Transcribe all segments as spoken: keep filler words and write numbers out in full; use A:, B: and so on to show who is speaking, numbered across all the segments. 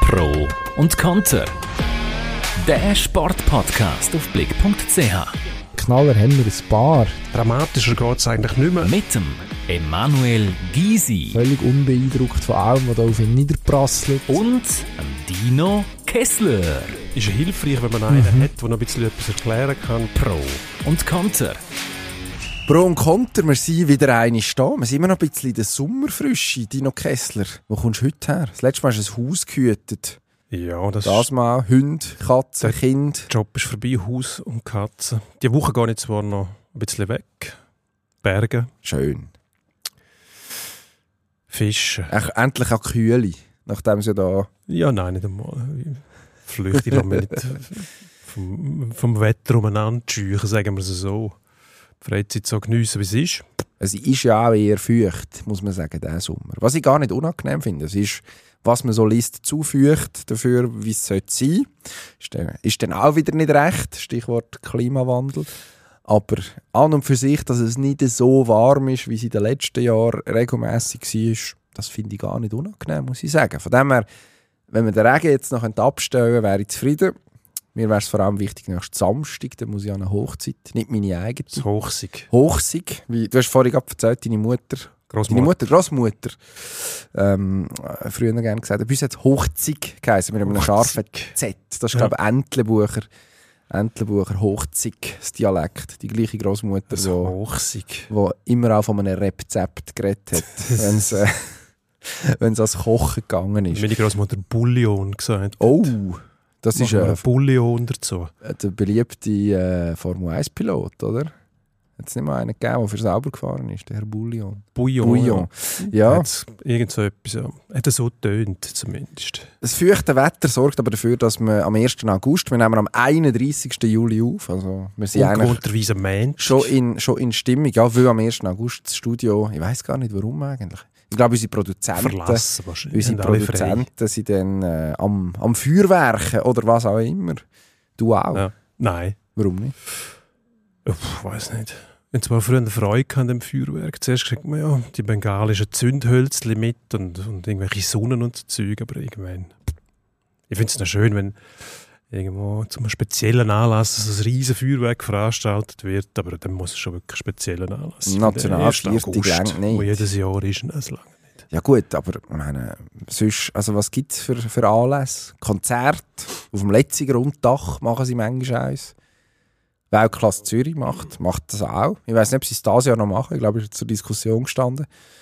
A: Pro und Konter. Der Sportpodcast auf blick punkt c h.
B: Knaller haben wir ein paar.
C: Dramatischer geht es eigentlich nicht mehr.
A: Mit dem Emanuel Gysi.
B: Völlig unbeeindruckt von allem, was da auf ihn niederprasselt.
A: Und dem Dino Kessler.
C: Ist ja hilfreich, wenn man einen mhm. hat, der noch ein bisschen etwas erklären kann.
A: Pro und Konter.
D: Pro und Konter, wir sind wieder einmal da. Wir sind immer noch ein bisschen in der Sommerfrische. Dino Kessler, wo kommst du heute her? Das letzte Mal hast du ein Haus gehütet.
C: Ja, das,
D: das mal Hunde, Katzen, Kind.
C: Der Job ist vorbei, Haus und Katzen. Die Woche gehe ich zwar noch ein bisschen weg. Berge.
D: Schön.
C: Fischen.
D: Ach, endlich auch Kühle, nachdem sie da...
C: Ja, nein, nicht einmal. Flüchte ich mich nicht vom, vom Wetter umeinander scheuchen, sagen wir es so. Die Freizeit so geniessen, wie es ist.
D: Es ist ja auch eher feucht, muss man sagen, diesen Sommer. Was ich gar nicht unangenehm finde, es ist, was man so liest, zu feucht dafür, wie es sein sollte. Ist dann, ist dann auch wieder nicht recht, Stichwort Klimawandel. Aber an und für sich, dass es nicht so warm ist, wie es in den letzten Jahren regelmässig war, das finde ich gar nicht unangenehm, muss ich sagen. Von dem her, wenn wir den Regen jetzt noch abstellen könnte, wäre ich zufrieden. Mir wäre es vor allem wichtig, nächsten Samstag, dann muss ich an eine Hochzeit, nicht meine eigene.
C: Das Hochsig.
D: Hochsig, wie, du hast vorhin gerade erzählt, deine Mutter,
C: Grossmutter,
D: deine Mutter, Grossmutter, ähm, früher gerne gesagt, bei uns hat es Hochzig geheißen, mit einem scharfen Z. Das ist, ja. glaube ich, Entlebucher, Entlebucher, Hochzig, das Dialekt. Die gleiche Grossmutter, die
C: Hochsig,
D: wo immer auch von einem Rezept geredet hat, wenn es äh, ans Kochen gegangen ist.
C: Meine Grossmutter Bouillon gesagt.
D: Oh! Das ist
C: ein Bouillon dazu.
D: Der beliebte äh, Formel eins Pilot, oder? Hat es nicht mal einen gegeben, der für selber gefahren ist, der Herr Bouillon.
C: Bouillon,
D: Bouillon. Ja.
C: ja. Irgend so etwas, ja. Hat er so getönt, zumindest.
D: Das feuchte Wetter sorgt aber dafür, dass wir am ersten August, wir nehmen am einunddreissigsten Juli auf, also wir sind
C: ungewohnterweise Mensch.
D: Schon in, schon in Stimmung, ja, weil am ersten August das Studio, ich weiss gar nicht warum eigentlich. Ich glaube, unsere Produzenten, unsere Produzenten sind dann äh, am, am Feuerwerken oder was auch immer. Du auch?
C: Ja. Nein.
D: Warum nicht?
C: Ich weiß nicht. Ich hatte zwar früher eine Freude an dem Feuerwerk. Zuerst gesagt man ja, die bengalischen Zündhölzchen mit und, und irgendwelche Sonnen und so Zeug, aber irgendwann... Ich finde es noch schön, wenn irgendwo zu einem speziellen Anlass so ein riesen Feuerwerk veranstaltet wird, aber dann muss es schon wirklich speziellen Anlass sein.
D: National vierzig Länge nicht.
C: Wo jedes Jahr ist, das lange nicht.
D: Ja gut, aber ich meine, sonst, also was gibt es für, für Anlässe? Konzerte auf dem letzten Grunddach machen sie manchmal eins. Weltklasse Zürich macht, macht das auch. Ich weiss nicht, ob sie es dieses Jahr noch machen. Ich glaube, es ist zur Diskussion gestanden.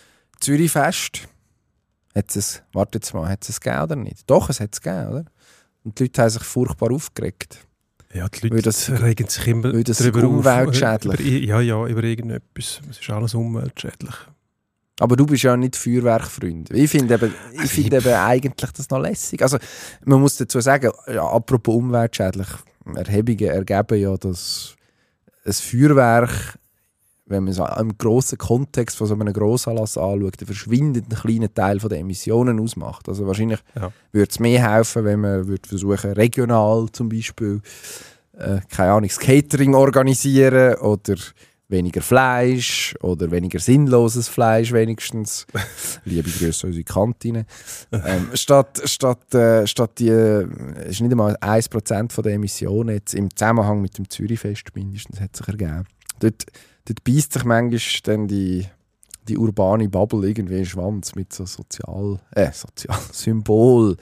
D: Zürichfest. Hat es, warte jetzt mal, hat es es gegeben oder nicht? Doch, es hat es gegeben, oder? Und die Leute haben sich furchtbar aufgeregt.
C: Ja, die Leute das, regen sich immer
D: darüber umweltschädlich.
C: Über, ja, ja, über irgendetwas. Es ist alles umweltschädlich.
D: Aber du bist ja nicht Feuerwerkfreund. Ich finde eben, ich find eben eigentlich das noch lässig. Also, man muss dazu sagen, ja, apropos umweltschädlich, Erhebungen ergeben ja, dass ein Feuerwerk, wenn man es im grossen Kontext von so einem Grossanlass anschaut, einen verschwindend kleinen Teil der Emissionen ausmacht. Also wahrscheinlich ja. würde es mehr helfen, wenn man würde versuchen, regional zum Beispiel äh, keine Ahnung, das Catering organisieren oder weniger Fleisch oder weniger sinnloses Fleisch wenigstens. Liebe Grüße an unsere Kantine. Ähm, statt, statt, äh, statt die, äh, ist nicht einmal ein Prozent der Emissionen jetzt im Zusammenhang mit dem Zürichfest mindestens hat sich ergeben. Dort, dort beisst sich manchmal dann die, die urbane Bubble irgendwie in den Schwanz mit so Sozial, äh, Sozial, Symbol,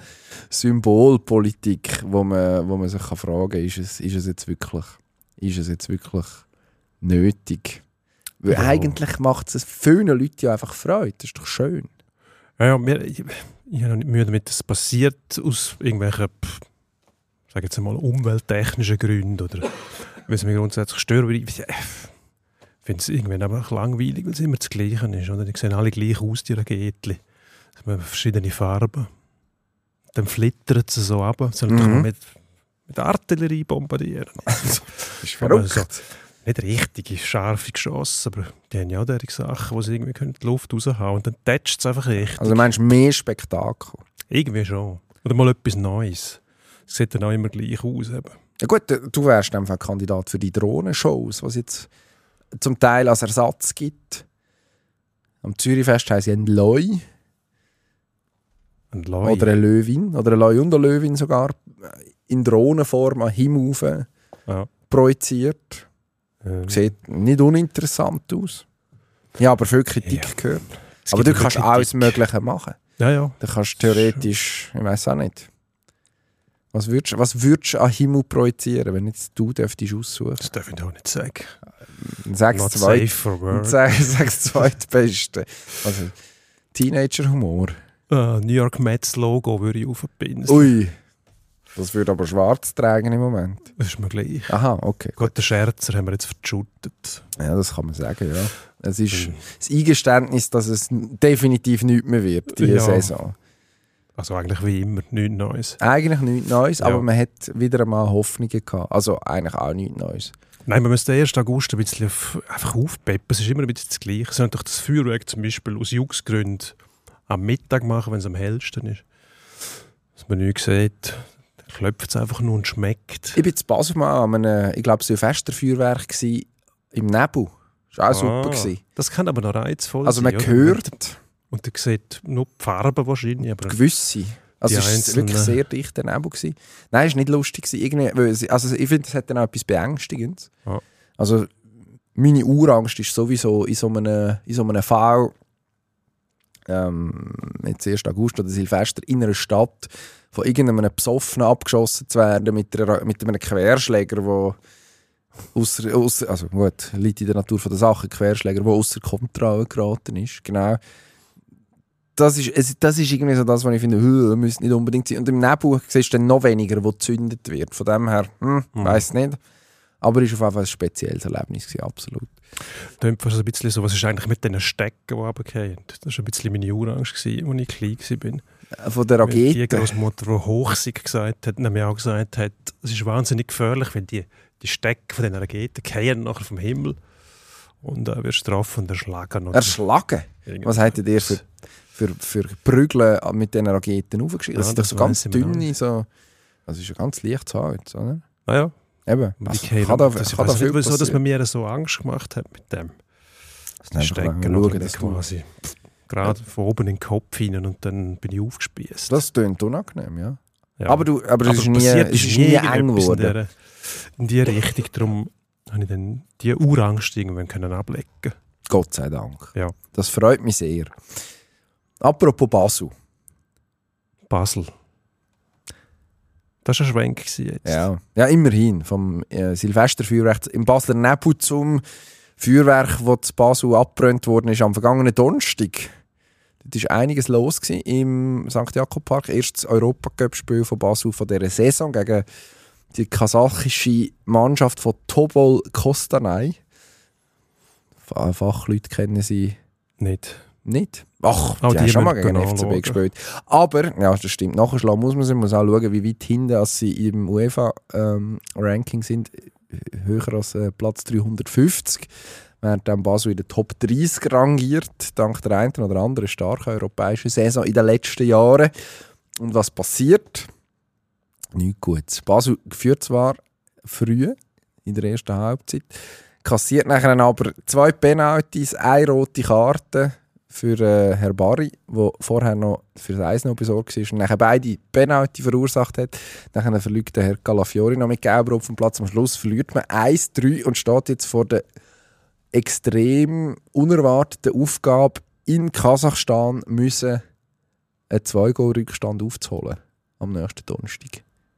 D: Symbolpolitik, wo man, wo man sich kann fragen kann, ist es, ist es jetzt wirklich, ist es jetzt wirklich nötig. Weil ja. eigentlich macht es vielen Leuten ja einfach Freude. Das ist doch schön.
C: Ja, ja mir, ich, ich habe nicht Mühe damit, das passiert aus irgendwelchen, sage jetzt mal, umwelttechnischen Gründen oder weil es mich grundsätzlich stört. Ich finde es irgendwann aber auch langweilig, weil es immer das Gleiche ist. Oder? Die sehen alle gleich aus, die Raketchen. Es haben verschiedene Farben. Dann flittert sie so ab. Sollen mhm. mit, mit Artillerie bombardieren.
D: Das ist verrückt.
C: Nicht richtig scharfe Geschosse, aber die haben ja auch solche Sachen, wo sie irgendwie in die Luft raushauen und dann tätscht es einfach richtig.
D: Also meinst du mehr Spektakel?
C: Irgendwie schon. Oder mal etwas Neues. Es sieht dann auch immer gleich aus. Eben.
D: Ja gut, du wärst einfach Kandidat für die Drohnenshows, was es jetzt zum Teil als Ersatz gibt. Am Zürichfest haben sie einen Loi.
C: Ein Leu.
D: Oder eine Löwin. Oder eine Leu und eine Löwin sogar. In Drohnenform an Himmel rauf
C: Ja.
D: projiziert.
C: Ähm,
D: Sieht nicht uninteressant aus. Ja, aber viel Kritik
C: Ja.
D: gehört.
C: es
D: Aber
C: gibt
D: du
C: ja
D: kannst
C: Kritik.
D: alles Mögliche machen.
C: Ja, ja.
D: Du kannst theoretisch, ich weiß auch nicht. Was würdest, was würdest du an Himmel projizieren, wenn jetzt du dürftest aussuchen?
C: Das darf ich auch nicht sagen.
D: Sag
C: Not
D: das zweit,
C: safe for work.
D: sag, sag das zweitbeste. Also, Teenager-Humor.
C: Uh, New York Mets Logo würde ich aufpinnen.
D: Ui, das würde aber schwarz tragen im Moment.
C: Das ist mir gleich.
D: Aha, okay.
C: Gott, den Scherzer haben wir jetzt verschuttet.
D: Ja, das kann man sagen, ja. Es ist
C: Mhm.
D: das Eingeständnis, dass es definitiv nichts mehr wird, diese
C: Ja.
D: Saison.
C: Also eigentlich wie immer, nichts Neues.
D: Eigentlich nichts Neues,
C: Ja.
D: aber man hat wieder einmal Hoffnungen gehabt. Also eigentlich auch nichts Neues.
C: Nein, man müsste den ersten August ein bisschen auf, einfach aufpeppen. Es ist immer ein bisschen das Gleiche. Sie sollen doch das Feuerwerk zum Beispiel aus Jux-Gründen am Mittag machen, wenn es am hellsten ist. Dass man nichts sieht, dann klopft es einfach nur und schmeckt.
D: Ich war zu Basel mal an einem, ich glaube, Silvesterfeuerwerk gsi im Nebel. Das war auch super. Gewesen.
C: Das kann aber noch reizvoll
D: Also
C: sein.
D: man
C: oder?
D: hört
C: Und man sieht nur die Farben wahrscheinlich. Aber
D: gewisse. Also
C: Die
D: es war
C: einzelnen-
D: wirklich sehr dichter Nebel. Gewesen. Nein, es war nicht lustig. Gewesen. Irgendwie, weil es- also ich finde, es hat dann auch etwas Beängstigendes.
C: Ja.
D: Also meine Urangst ist sowieso in so einem, in so einem Fall, ähm, jetzt ersten August oder Silvester, in einer Stadt von irgendeinem Besoffenen abgeschossen zu werden mit, einer, mit einem Querschläger, der ausser, ausser, also gut, liegt in der Natur von der Sache, Querschläger, der außer Kontrolle geraten ist. Genau. Das ist, es, das ist irgendwie so das, was ich finde, das müsste nicht unbedingt sein. Und im Nebel siehst du dann noch weniger, wo gezündet wird. Von dem her, hm,
C: Mhm.
D: weiss nicht. Aber es war auf jeden Fall ein spezielles Erlebnis, gewesen, absolut.
C: Klingt fast ein bisschen so, was ist eigentlich mit diesen Stecken, die runterfallen? Das war ein bisschen meine Urangst, als ich klein war.
D: Von der
C: Die
D: Rakete.
C: Großmutter, die Hochsig gesagt hat, nämlich auch gesagt hat, es ist wahnsinnig gefährlich, wenn die, die Stecken von diesen Raketen fallen nachher vom Himmel und äh, wirst getroffen und erschlagen. Oder
D: Erschlagen? Was hättet ihr für, für, für Prügeln mit diesen Raketen aufgeschrieben? Das
C: Ja,
D: sind doch
C: das
D: so ganz
C: weiss ich mir
D: dünne,
C: nicht.
D: so, das ist ja ganz leicht zu Holz, oder?
C: Ah ja,
D: Eben.
C: die
D: Also,
C: fallen-
D: kann da,
C: das, ich
D: kann da
C: weiss
D: viel
C: nicht, wieso dass
D: passieren.
C: man mir so Angst gemacht hat mit dem.
D: Das
C: Die
D: einfach
C: Stecken
D: schauen,
C: nachher
D: dass du-
C: quasi gerade von oben in den Kopf hinein und dann bin ich aufgespießt.
D: Das klingt unangenehm, ja.
C: Ja.
D: Aber, du, aber, es ist nie,
C: passiert
D: es ist nie eng
C: irgendetwas in,
D: geworden.
C: der, in die Richtung. Darum habe ich dann die Urangst irgendwann können ablecken.
D: Gott sei Dank.
C: Ja.
D: Das freut mich sehr. Apropos Basel.
C: Basel. Das war ein Schwenk gewesen jetzt.
D: Ja, ja immerhin. Vom äh, Silvesterfeuerwerk im Basler Nebel zum Feuerwerk, das in Basel abgebrannt worden ist am vergangenen Donnerstag. Dort war einiges los gewesen im Sankt Jakob Park. Erstes Europacup-Spiel von Basel von dieser Saison gegen die kasachische Mannschaft von Tobol Kostanay. F- Fachleute kennen sie
C: Nicht.
D: nicht. Ach,
C: Oh,
D: die,
C: die
D: haben schon mal
C: müssen
D: gegen den
C: genau
D: F C B
C: schauen.
D: gespielt. Aber, ja, das stimmt, nachschlagen muss man, man muss auch schauen, wie weit hinten als sie im UEFA-Ranking sind. Höher als äh, Platz dreihundertfünfzig. Während dann Basel in der Top dreißig rangiert, dank der einen oder anderen starken europäischen Saison in den letzten Jahren. Und was passiert? Nichts Gutes. Basel führt zwar früh in der ersten Halbzeit, kassiert nachher aber zwei Penalties, eine rote Karte für äh, Herr Barry, der vorher noch für das eins noch besorgt war und nachher beide Penalty verursacht hat. Dann verliert der Herr Calafiori noch mit Gelb auf dem Platz. Am Schluss verliert man eins drei und steht jetzt vor der extrem unerwarteten Aufgabe, in Kasachstan müssen einen zwei-Goal-Rückstand aufzuholen am nächsten Donnerstag.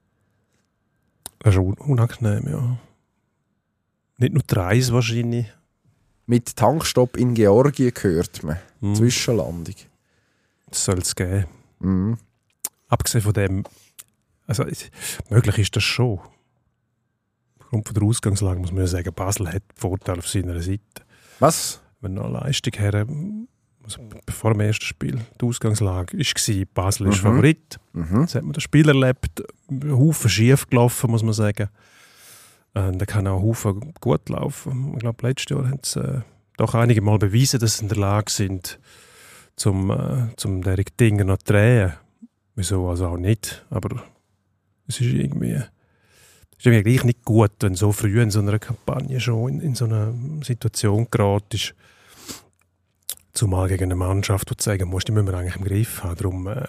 C: Das ist un- unangenehm, ja. Nicht nur die Reise wahrscheinlich.
D: Mit Tankstopp in Georgien gehört man.
C: Hm.
D: Zwischenlandung.
C: Das soll es geben.
D: Mhm.
C: Abgesehen von dem, also es- möglich ist das schon. Aufgrund von der Ausgangslage muss man ja sagen, Basel hat Vorteile auf seiner Seite.
D: Was?
C: Wenn noch Leistung her, also vor dem ersten Spiel, die Ausgangslage war, Basel ist
D: Mhm.
C: Favorit.
D: Mhm.
C: Jetzt hat man das Spiel erlebt, ein Haufen schief gelaufen, muss man sagen. Und da kann auch ein Haufen gut laufen. Ich glaube, letztes Jahr haben sie äh, doch einige Mal bewiesen, dass sie in der Lage sind, zum, äh, zum derige Dinge noch zu drehen. Wieso also auch nicht, aber es ist irgendwie, es ist irgendwie gleich nicht gut, wenn so früh in so einer Kampagne schon in, in so eine Situation geraten ist. Zumal gegen eine Mannschaft, die zeigen muss, die müssen wir eigentlich im Griff haben. Darum äh,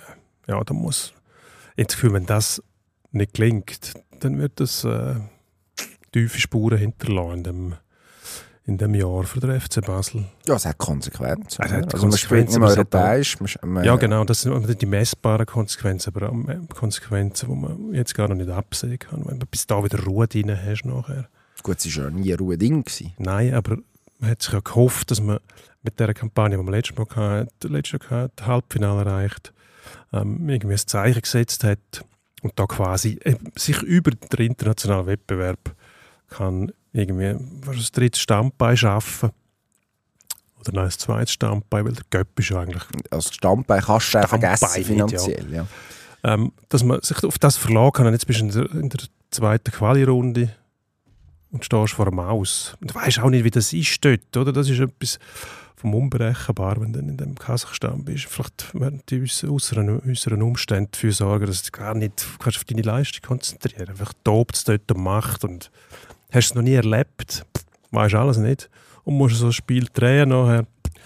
C: ja, da muss, ich habe das Gefühl, wenn das nicht gelingt, dann wird das äh, tiefe Spuren hinterlassen in dem, in dem Jahr für den F C Basel.
D: Ja, es hat Konsequenzen.
C: Es hat
D: also man spielt nicht mehr europäisch. Man,
C: ja, genau, das sind die messbaren Konsequenzen, aber auch Konsequenzen, die man jetzt gar noch nicht absehen kann, wenn du bis da wieder Ruhe drin hast nachher.
D: Gut, es war ja nie Ruhe drin gewesen.
C: Nein, aber man hat sich ja gehofft, dass man mit dieser Kampagne, die man letztes Mal hatte, letztes Jahr hatte, Halbfinale erreicht, ähm, irgendwie ein Zeichen gesetzt hat und da quasi äh, sich über den internationalen Wettbewerb kann irgendwie was, ein drittes Standbein schaffen. Oder nein, ein zweites Standbein, weil der Göpp ist ja eigentlich...
D: Also das Standbein kannst du
C: Standbein
D: vergessen finanziell, ja.
C: ja. Ähm, dass man sich auf das verlassen kann. Und jetzt bist du in der, in der zweiten Quali-Runde und stehst vor einem Aus. Und du weißt auch nicht, wie das ist dort, oder? Das ist etwas vom Unberechenbaren, wenn du in dem Kasachstan bist. Vielleicht werden die äußeren, äußeren Umstände dafür sorgen, dass du gar nicht kannst auf deine Leistung konzentrieren kannst. Einfach tobt es dort und macht und hast es noch nie erlebt, weißt alles nicht. Und musst so ein Spiel drehen nachher.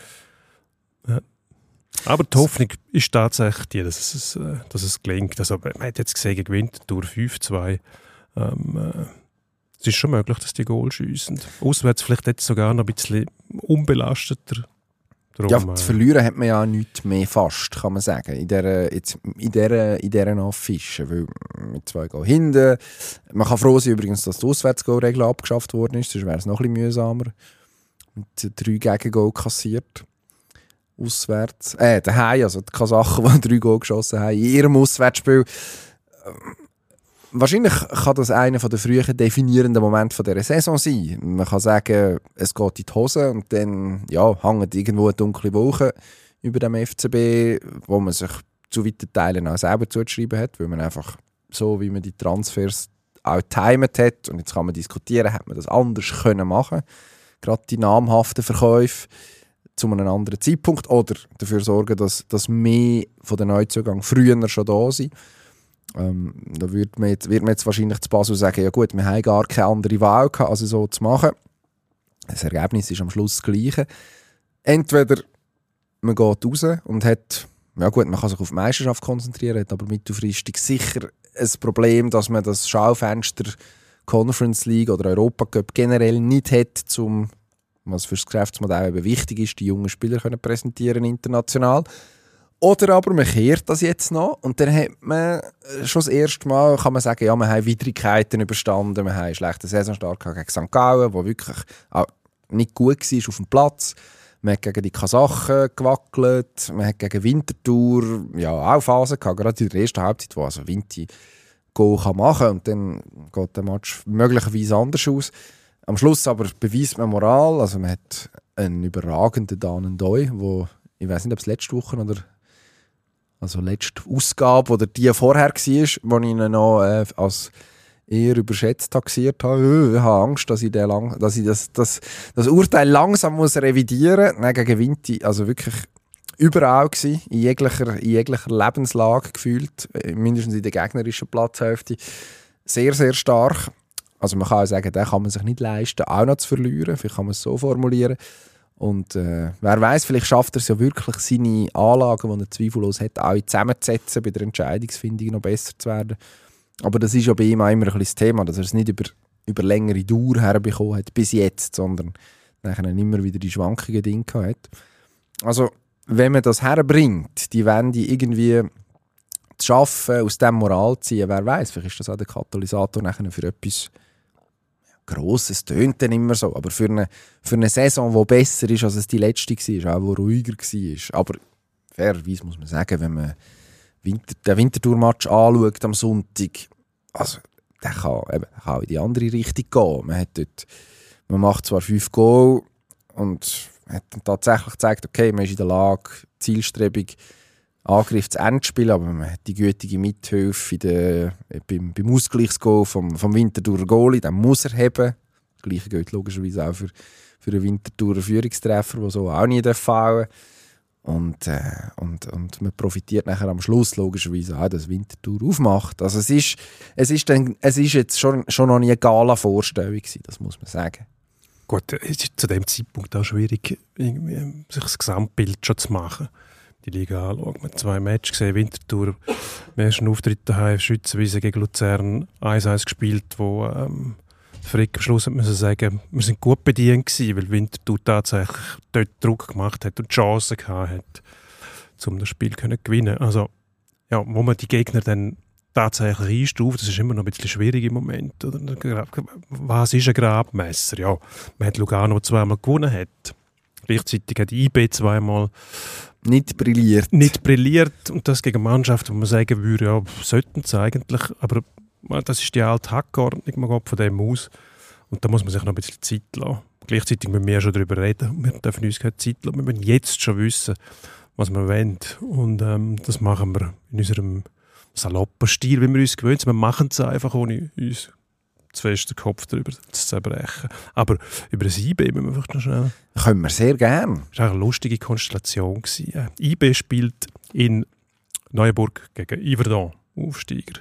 C: Ja. Aber die Hoffnung ist tatsächlich die, dass es, dass es gelingt. Also, man hat jetzt gesehen, gegen Winterthur fünf zwei. Ähm, äh, es ist schon möglich, dass die Goal schiessen. Auswärts vielleicht jetzt sogar noch ein bisschen unbelasteter. Darum,
D: ja, zu verlieren hat man ja nichts mehr fast, kann man sagen, in dieser, jetzt, in dieser, in dieser Affische. Weil mit zwei Goal hinten. Man kann froh sein übrigens, dass die Auswärtsgoal-Regel abgeschafft worden ist, sonst wäre es noch ein bisschen mühsamer. Mit drei Gegengol kassiert. Auswärts. Äh, daheim, also die Kasachen, die drei Goal geschossen haben, in ihrem Auswärtsspiel. Wahrscheinlich kann das einer der frühen definierenden Momente dieser Saison sein. Man kann sagen, es geht in die Hose und dann ja, hängt irgendwo eine dunkle Wolke über dem F C B, wo man sich zu weiten Teilen auch selber zugeschrieben hat, weil man einfach so, wie man die Transfers auch getimt hat, und jetzt kann man diskutieren, hat man das anders können machen, gerade die namhaften Verkäufe zu einem anderen Zeitpunkt, oder dafür sorgen, dass, dass mehr von den Neuzugängen früher schon da sind. Ähm, da wird man, jetzt, wird man jetzt wahrscheinlich zu Basel sagen, ja gut, wir haben gar keine andere Wahl gehabt, als so zu machen. Das Ergebnis ist am Schluss das Gleiche. Entweder man geht raus und hat, ja gut, man kann sich auf die Meisterschaft konzentrieren, hat aber mittelfristig sicher ein Problem, dass man das Schaufenster Conference League oder Europa Cup generell nicht hat, zum, was für das Geschäftsmodell eben wichtig ist, die jungen Spieler können präsentieren international. Oder aber man kehrt das jetzt noch und dann hat man schon das erste Mal, kann man sagen, ja, wir haben Widrigkeiten überstanden, wir haben einen schlechten Saisonstart gegen Sankt Gallen, der wirklich auch nicht gut war auf dem Platz. Man hat gegen die Kasachen gewackelt, man hat gegen Winterthur ja, auch Phasen gehabt, gerade in der ersten Halbzeit, wo also Vinti Goal kann machen und dann geht der Match möglicherweise anders aus. Am Schluss aber beweist man Moral, also man hat einen überragenden Dan Ndoi, wo ich weiß nicht, ob es letzte Woche oder also letzte Ausgabe oder die vorher war, wo ich ihn noch äh, als eher überschätzt taxiert habe. Ich habe Angst, dass ich, den lang, dass ich das, das, das Urteil langsam muss revidieren muss. Nein, gegen Vinti, also wirklich überall gewesen, in jeglicher, in jeglicher Lebenslage gefühlt, mindestens in der gegnerischen Platzhälfte. Sehr, sehr stark. Also man kann auch sagen, den kann man sich nicht leisten, auch noch zu verlieren. Vielleicht kann man es so formulieren. Und äh, wer weiß, vielleicht schafft er es ja wirklich, seine Anlagen, die er zweifellos hat, auch zusammenzusetzen, bei der Entscheidungsfindung noch besser zu werden. Aber das ist ja bei ihm auch immer ein bisschen das Thema, dass er es nicht über, über längere Dauer herbekommen hat, bis jetzt, sondern nachher immer wieder die Schwankungen drin hat. Also, wenn man das herbringt, die Wende irgendwie zu schaffen, aus dem Moral zu ziehen, wer weiß, vielleicht ist das auch der Katalysator nachher für etwas Grosses, tönt dann immer so, aber für eine, für eine Saison, die besser ist, als es die letzte war, auch die ruhiger war. Aber fairerweise muss man sagen, wenn man Winter, den Winterthur-Match anschaut am Sonntag, also der kann, eben, der kann auch in die andere Richtung gehen. Man, hat dort, man macht zwar fünf Goal und hat dann tatsächlich gezeigt, okay, man ist in der Lage, zielstrebig Angriff zu Ende spielen, aber man hat die gütige Mithilfe in der, beim, beim Ausgleichsgoal vom, vom Winterthurer Goalie, den muss er haben. Das Gleiche gilt logischerweise auch für, für einen Winterthurer Führungstreffer, der so auch nie fallen darf. Und, äh, und, und man profitiert nachher am Schluss logischerweise auch, dass Winterthur aufmacht. Also es ist, es ist, dann, es ist jetzt schon, schon noch nie eine Gala-Vorstellung gewesen, das muss man sagen.
C: Gut, es ist zu dem Zeitpunkt auch schwierig, irgendwie sich das Gesamtbild schon zu machen. die Liga anschaue. Wir haben zwei Matches gesehen, Winterthur, im ersten Auftritt daheim, Schützenwiese gegen Luzern, eins eins gespielt, wo ähm, Frick am Schluss hat müssen sagen, wir sind gut bedient gewesen, weil Winterthur tatsächlich dort Druck gemacht hat und Chancen gehabt hat, um das Spiel zu gewinnen. Also, ja, wo man die Gegner dann tatsächlich einstuft, das ist immer noch ein bisschen schwierig im Moment. Oder? Was ist ein Grabmesser? Ja, man hat Lugano zweimal gewonnen hat. Gleichzeitig hat I B zweimal
D: nicht brilliert.
C: Nicht brilliert. Und das gegen Mannschaften, wo man sagen würde, ja, sollten es eigentlich. Aber das ist die alte Hackordnung, man geht von dem aus. Und da muss man sich noch ein bisschen Zeit lassen. Gleichzeitig müssen wir schon darüber reden. Wir dürfen uns keine Zeit lassen. Wir müssen jetzt schon wissen, was wir wollen. Und ähm, das machen wir in unserem saloppen Stil, wie wir uns gewöhnt sind. Wir machen es einfach, ohne uns zu fest den Kopf darüber zu zerbrechen. Aber über das I B müssen wir einfach noch schnell...
D: Können wir sehr gerne.
C: Das war eine lustige Konstellation. I B spielt in Neuenburg gegen Yverdon, Aufsteiger.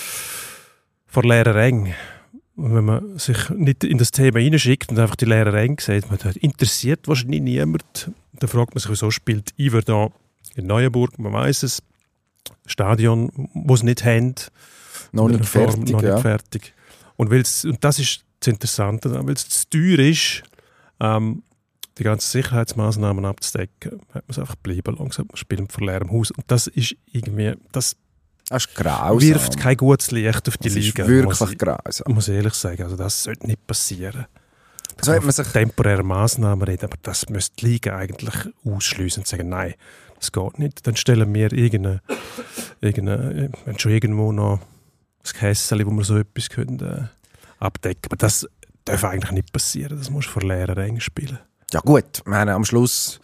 C: Vor leeren Rängen. Und wenn man sich nicht in das Thema hineinschickt und einfach die leeren Ränge sieht, man hat, interessiert wahrscheinlich niemand. Dann fragt man sich, wieso spielt Yverdon in Neuenburg? Man weiss es. Stadion, das es nicht haben.
D: Noch nicht fertig,
C: noch nicht
D: ja.
C: fertig. Und, weil's, und das ist das Interessante, weil es zu teuer ist, ähm, die ganzen Sicherheitsmaßnahmen abzudecken, hat man es einfach bleiben lassen. Man spielt vor leerem Haus. Und das ist irgendwie, das,
D: das ist grausam.
C: Wirft kein gutes Licht auf die
D: das
C: Liga.
D: Das ist wirklich
C: muss ich,
D: grausam.
C: muss ich ehrlich sagen. Also das sollte nicht passieren.
D: So hat man sich
C: temporäre Maßnahmen reden, aber das müsste die Liga eigentlich ausschliessen und sagen, nein, das geht nicht. Dann stellen wir irgendeine, irgendeine wenn schon irgendwo noch ein Kessel, wo wir so etwas können, äh, abdecken. Aber das darf eigentlich nicht passieren. Das musst du vor leeren Rängen spielen.
D: Ja gut, ich meine, am Schluss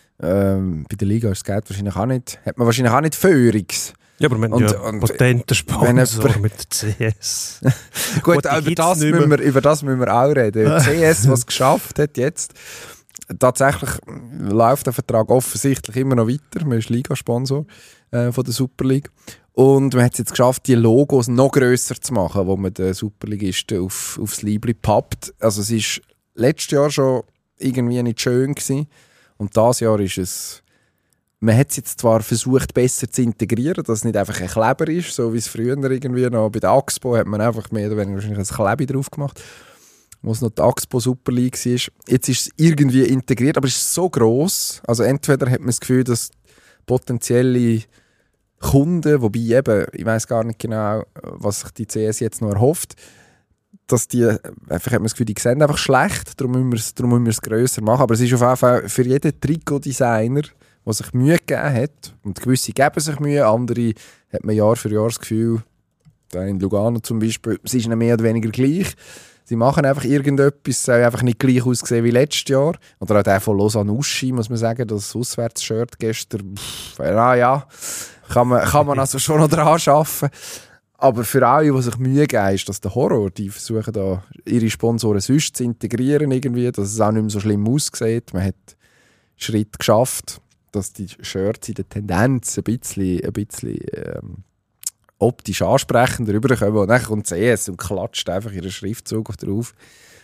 D: ähm, bei der Liga ist das Geld wahrscheinlich auch nicht, hat man wahrscheinlich auch nicht Föhrungs.
C: Ja, aber wir haben ja einen potenten Sponsor jemand, mit C S.
D: Gut, über das, müssen wir, über das müssen wir auch reden. C S, was es geschafft hat jetzt. Tatsächlich läuft der Vertrag offensichtlich immer noch weiter. Man ist Ligasponsor äh, von der Super League. Und man hat es jetzt geschafft, die Logos noch grösser zu machen, wo man den Superligisten auf, aufs Liebli pappt. Also es war letztes Jahr schon irgendwie nicht schön gewesen. Und dieses Jahr ist es... Man hat es jetzt zwar versucht, besser zu integrieren, dass es nicht einfach ein Kleber ist, so wie es früher irgendwie noch bei der Axpo hat man einfach mehr oder weniger wahrscheinlich ein Kleber drauf gemacht, wo es noch die Axpo Super League war. Jetzt ist es irgendwie integriert, aber es ist so gross. Also entweder hat man das Gefühl, dass potenzielle Kunden, wobei eben, ich weiss gar nicht genau, was sich die C S jetzt noch erhofft, dass die, einfach hat man das Gefühl, die sehen einfach schlecht, darum müssen wir es, darum müssen wir es grösser machen. Aber es ist auf jeden Fall für jeden Trikot-Designer, der sich Mühe gegeben hat, und gewisse geben sich Mühe, andere hat man Jahr für Jahr das Gefühl, da in Lugano zum Beispiel, es ist ihnen mehr oder weniger gleich. Sie machen einfach irgendetwas, es soll einfach nicht gleich aussehen wie letztes Jahr. Oder auch der von Lausanne Uschi, muss man sagen, das Auswärtsshirt gestern, pff, ja, ja, kann man, kann man also schon noch dran arbeiten. Aber für alle, die sich Mühe geben, ist das der Horror. Die versuchen da ihre Sponsoren sonst zu integrieren, irgendwie, dass es auch nicht mehr so schlimm aussieht. Man hat einen Schritt geschafft, dass die Shirts in der Tendenz ein bisschen, ein bisschen ähm, optisch ansprechender rüberkommen. Und dann kommt C S und klatscht einfach ihren Schriftzug drauf.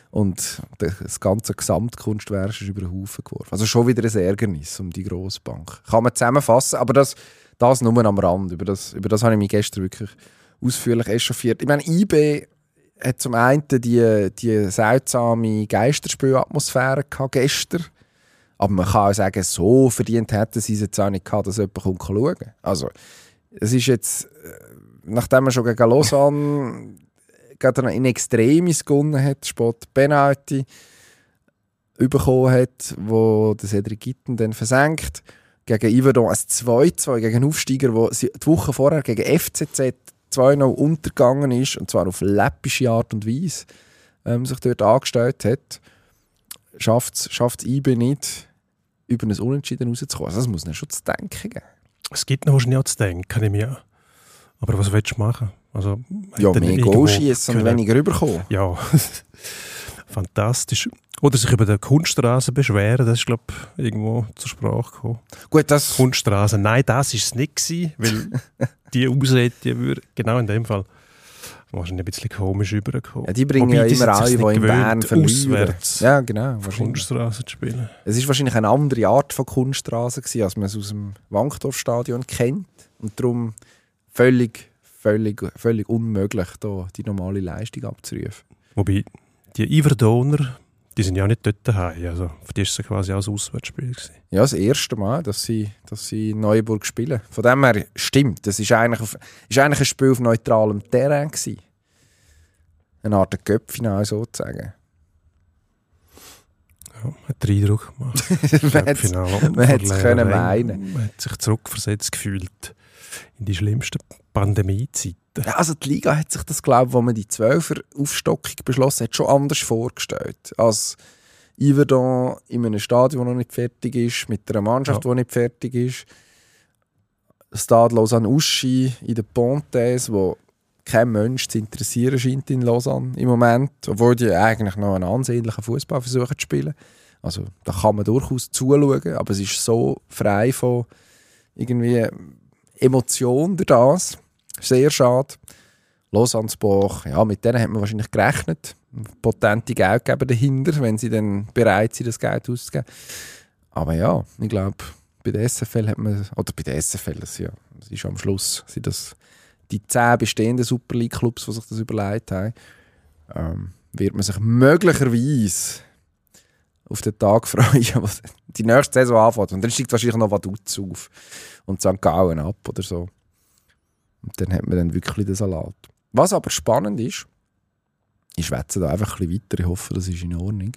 D: Und das ganze Gesamtkunstwerk ist über den Haufen geworfen. Also schon wieder ein Ärgernis um die Grossbank. Kann man zusammenfassen, aber das, das nur am Rand. Über das, über das habe ich mich gestern wirklich ausführlich echauffiert. Ich meine, I B hat zum einen die, die seltsame Geisterspielatmosphäre gehabt gestern. Aber man kann auch sagen, so verdient hätten sie es jetzt auch nicht gehabt, dass jemand schauen kann. Also, es ist jetzt, nachdem man schon gegen Lausanne gerade in Extremis gewonnen hat, spät Penalty bekommen hat, wo der Cedric Gitten dann versenkt, gegen Yverdon ein zwei zwei, gegen einen Aufsteiger, der die Woche vorher gegen F C Z zwei null untergegangen ist, und zwar auf läppische Art und Weise ähm, sich dort angestellt hat, schafft es I B nicht, über ein Unentschieden rauszukommen. Also das muss man schon zu denken geben.
C: Es gibt noch wahrscheinlich auch zu denken, ich mir. Aber was willst du machen? Also,
D: ja, mehr Goal schießen und weniger rüberkommen.
C: Ja, fantastisch. Oder sich über die Kunststraße beschweren, das ist, glaube ich, irgendwo zur Sprache gekommen.
D: Gut, das...
C: Kunststraße, nein, das war es nicht gewesen, weil die Ausrede, die würde genau in dem Fall wahrscheinlich ein bisschen komisch rübergekommen.
D: Ja, die bringen
C: Wobei,
D: ja
C: die
D: immer
C: sind
D: alle,
C: sich's
D: die
C: nicht
D: in Bern
C: gewöhnt,
D: verlieren.
C: auswärts
D: Ja, genau.
C: auf
D: Wahrscheinlich.
C: Kunststraße zu spielen.
D: Es war wahrscheinlich eine andere Art von Kunststraße gewesen, als man es aus dem Wankdorfstadion kennt. Und darum völlig, völlig, völlig unmöglich, da die normale Leistung abzurufen.
C: Wobei, die Iverdoner, die sind ja nicht dort daheim. Also, für die war es quasi auch ein Auswärtsspiel gewesen.
D: Ja, das erste Mal, dass sie, dass sie in Neuburg spielen. Von dem her stimmt. Das ist eigentlich, auf, ist eigentlich ein Spiel auf neutralem Terrain gewesen. Eine Art Cup-Finale sozusagen.
C: Ja, hat den Eindruck gemacht.
D: Man hat's-
C: Finale
D: man hätte es
C: vor
D: können
C: Lehrern.
D: meinen.
C: Man hat sich zurückversetzt gefühlt in die schlimmsten Pandemiezeiten.
D: Ja, also die Liga hat sich das, glaube ich, als man die Zwölfer-Aufstockung beschlossen hat, schon anders vorgestellt. Als Yverdon in einem Stadion, das noch nicht fertig ist, mit einer Mannschaft,
C: Ja.
D: die nicht fertig ist. Stade Lausanne-Uschi in der Pontes, wo kein Mensch zu interessieren scheint in Lausanne im Moment, obwohl die eigentlich noch einen ansehnlichen Fußball versuchen zu spielen. Also da kann man durchaus zuschauen, aber es ist so frei von irgendwie Emotion durch das. Sehr schade. Lausanne-Sport, ja, mit denen hat man wahrscheinlich gerechnet. Potente Geldgeber dahinter, wenn sie dann bereit sind, das Geld auszugeben. Aber ja, ich glaube, bei der S F L hat man, oder bei der S F L, das, ja, das ist am Schluss, sind das die zehn bestehenden Super League-Clubs, die sich das überlegt haben, ähm, wird man sich möglicherweise auf den Tag freuen, wo die nächste Saison anfängt. Und dann steigt wahrscheinlich noch Vaduz auf und Sankt Gallen ab oder so. Und dann hat man dann wirklich den Salat. Was aber spannend ist, ich schwätze da einfach ein bisschen weiter, ich hoffe, das ist in Ordnung.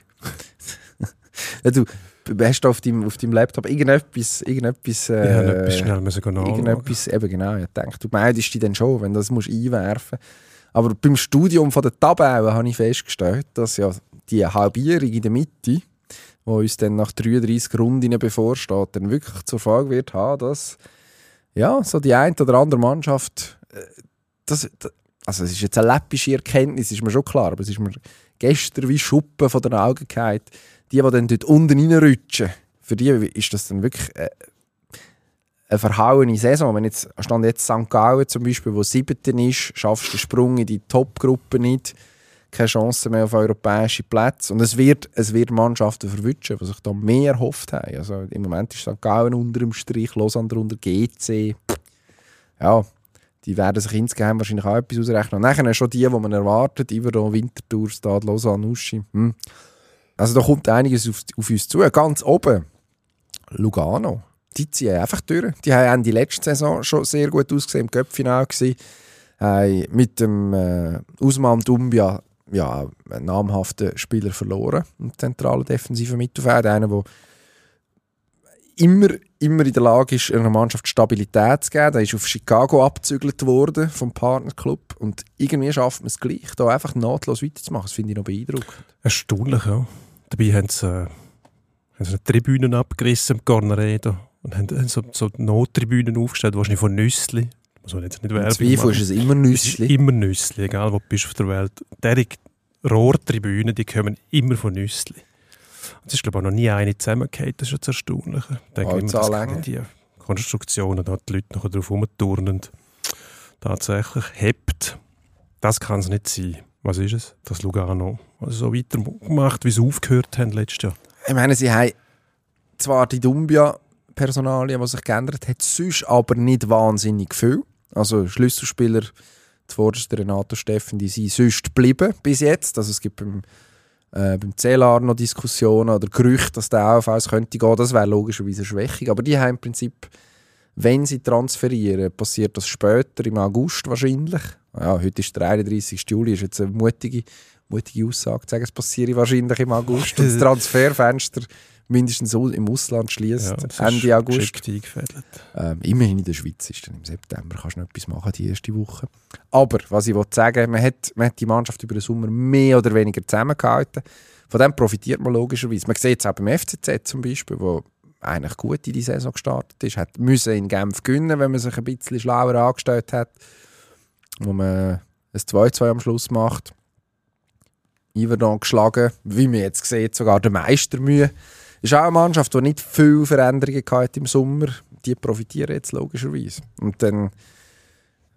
D: Ja, du hast da auf deinem, auf deinem Laptop irgendetwas, irgendetwas,
C: Ich
D: äh,
C: habe etwas schnell müssen nachschauen.
D: irgendetwas, eben genau, ich denke, du meidest dich dann schon, wenn du das musst einwerfen musst. Aber beim Studium von der Tabellen habe ich festgestellt, dass ja die Halbierung in der Mitte, die uns dann nach dreiunddreissig Runden bevorsteht, dann wirklich zur Folge wird haben, dass ja, so die eine oder andere Mannschaft, äh, das, das, also es ist jetzt eine läppische Erkenntnis, ist mir schon klar, aber es ist mir gestern wie Schuppen von den Augen gefallen. Die, die dann dort unten reinrutschen, für die ist das dann wirklich äh, eine verhauene Saison. Wenn jetzt, stand jetzt Sankt Gallen zum Beispiel, wo siebten ist, schaffst du den Sprung in die Top-Gruppe nicht, keine Chance mehr auf europäische Plätze. Und es wird, es wird Mannschaften verwutschen, die sich da mehr erhofft haben. Also im Moment ist Sankt Gallen unter dem Strich, Lausanne drunter, G C. Ja, die werden sich insgeheim wahrscheinlich auch etwas ausrechnen. Und nachher schon die, die man erwartet, Yverdon, Winterthur, Stade Lausanne, Uschi. Hm. Also da kommt einiges auf, auf uns zu. Ganz oben, Lugano. Die ziehen einfach durch. Die haben die letzte Saison schon sehr gut ausgesehen, im Cup-Finale gewesen. Haben mit dem äh, Usman Doumbia ja, einen namhaften Spieler verloren im zentralen defensiven Mittelfeld. Einer, der immer, immer in der Lage ist, einer Mannschaft Stabilität zu geben. Der ist auf Chicago abgezügelt worden vom Partnerclub. Und irgendwie schafft man es gleich, da einfach nahtlos weiterzumachen. Das finde ich noch beeindruckend.
C: Erstaunlich, ja. Dabei haben sie, äh, haben sie die Tribünen abgerissen im Corneredo und haben, haben so, so Nottribünen aufgestellt, wahrscheinlich von Nüssli. Muss man jetzt nicht Werbung
D: Zweifel
C: machen.
D: ist es immer
C: Es ist
D: Nüssli.
C: immer Nüssli, egal wo du bist auf der Welt. Diese Rohrtribünen, die kommen immer von Nüssli. Und es ist, glaube ich, auch noch nie eine zusammengefallen, das ist jetzt erstaunlich. Ich denke immer, das kann die Konstruktionen, da die Leute noch drauf rumturnen, tatsächlich hebt. Das kann es nicht sein. Was ist es? Das Lugano. Also so weitergemacht, wie sie aufgehört haben letztes Jahr.
D: Ich meine, sie haben zwar die Dumbia-Personalien, die sich geändert hat, sonst aber nicht wahnsinnig viel. Also Schlüsselspieler, zuvorderst Renato Steffen, die sind sonst geblieben bis jetzt. Also es gibt beim, äh, beim Celar noch Diskussionen oder Gerüchte, dass der auch auf uns könnte gehen. Das wäre logischerweise eine Schwächung. Aber die haben im Prinzip, wenn sie transferieren, passiert das später, im August wahrscheinlich. Ja, heute ist der einunddreissigsten Juli, ist jetzt eine mutige, mutige Aussage zu sagen, es passiere wahrscheinlich im August. Und das Transferfenster mindestens im Ausland schließt
C: Ja,
D: Ende August.
C: geschickt eingefädelt.
D: Ähm, immerhin in der Schweiz ist dann im September, kannst du noch etwas machen, die erste Woche. Aber, was ich sagen man hat, man hat die Mannschaft über den Sommer mehr oder weniger zusammengehalten. Von dem profitiert man logischerweise. Man sieht es auch beim F C Z zum Beispiel, wo eigentlich gut in die Saison gestartet ist, hat müssen in Genf gewinnen, wenn man sich ein bisschen schlauer angestellt hat, wo man ein zwei zwei am Schluss macht. Yverdon geschlagen, wie man jetzt sieht, sogar der Meistermühe. Ist auch eine Mannschaft, die nicht viele Veränderungen hatte im Sommer. Die profitieren jetzt logischerweise. Und dann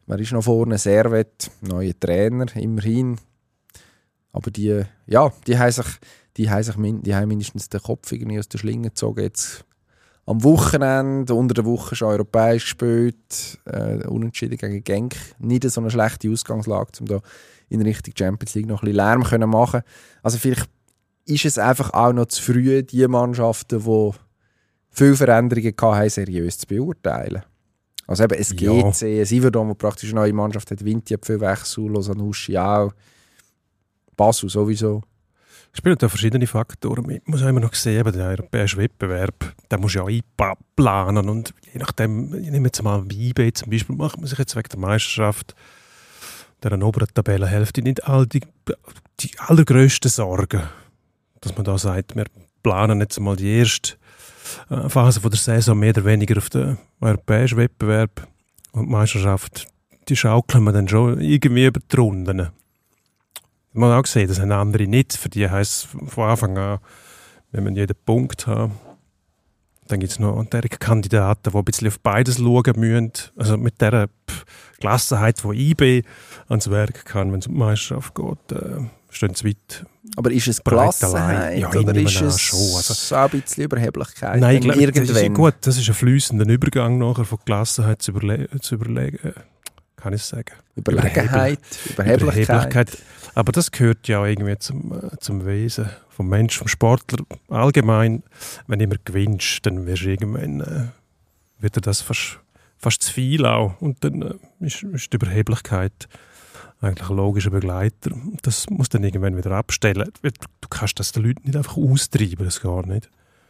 D: wer ist noch vorne? Servet, neuer Trainer, immerhin. Aber die, ja, die haben sich, die haben sich min, die haben mindestens den Kopf irgendwie aus der Schlinge gezogen. Jetzt am Wochenende, unter der Woche schon europäisch gespielt, äh, unentschieden gegen Genk. Nicht so eine schlechte Ausgangslage, um da in Richtung Champions League noch ein bisschen Lärm können machen. Also vielleicht ist es einfach auch noch zu früh, die Mannschaften, die viele Veränderungen hatten, seriös zu beurteilen. Also eben ein G C, ein Iverdon, der praktisch eine neue Mannschaft hat, Vinti hat viel Wechsel, Lausanne-Uschi auch, Basel sowieso.
C: Es spielen da verschiedene Faktoren. Man muss auch immer noch sehen, der europäische Wettbewerb, den muss ja auch einplanen. Und je nachdem, ich nehme jetzt mal I B zum Beispiel, macht man sich jetzt wegen der Meisterschaft, der oberen Tabellenhälfte, nicht all die, die allergrössten Sorgen, dass man da sagt, wir planen jetzt mal die erste Phase von der Saison mehr oder weniger auf den europäischen Wettbewerb und die Meisterschaft, die schaukeln wir dann schon irgendwie über die Runden. Man hat auch gesehen, das haben andere nicht. Für die heisst es von Anfang an, wenn man jeden Punkt hat, dann gibt es noch andere Kandidaten, die ein bisschen auf beides schauen müssen. Also mit dieser Gelassenheit, die I B ans Werk kann, wenn es um die Meisterschaft geht, äh, stehen sie weit.
D: Aber ist es Gelassenheit
C: ja,
D: oder ist es
C: schon. Also,
D: so ein bisschen Überheblichkeit?
C: Nein, ich glaube, das ist, gut, das ist ein fließender Übergang nachher von Gelassenheit zu, überle zu überlegen. Kann ich sagen.
D: Überlegenheit, Überheblichkeit. Überheblichkeit.
C: Aber das gehört ja auch irgendwie zum, äh, zum Wesen vom Menschen, vom Sportler allgemein. Wenn du immer gewinnst, dann wirst du irgendwann, äh, wird dir das fast, fast zu viel auch. Und dann äh, ist, ist die Überheblichkeit eigentlich ein logischer Begleiter. Das muss dann irgendwann wieder abstellen. Du kannst das den Leuten nicht einfach austreiben, das gar nicht.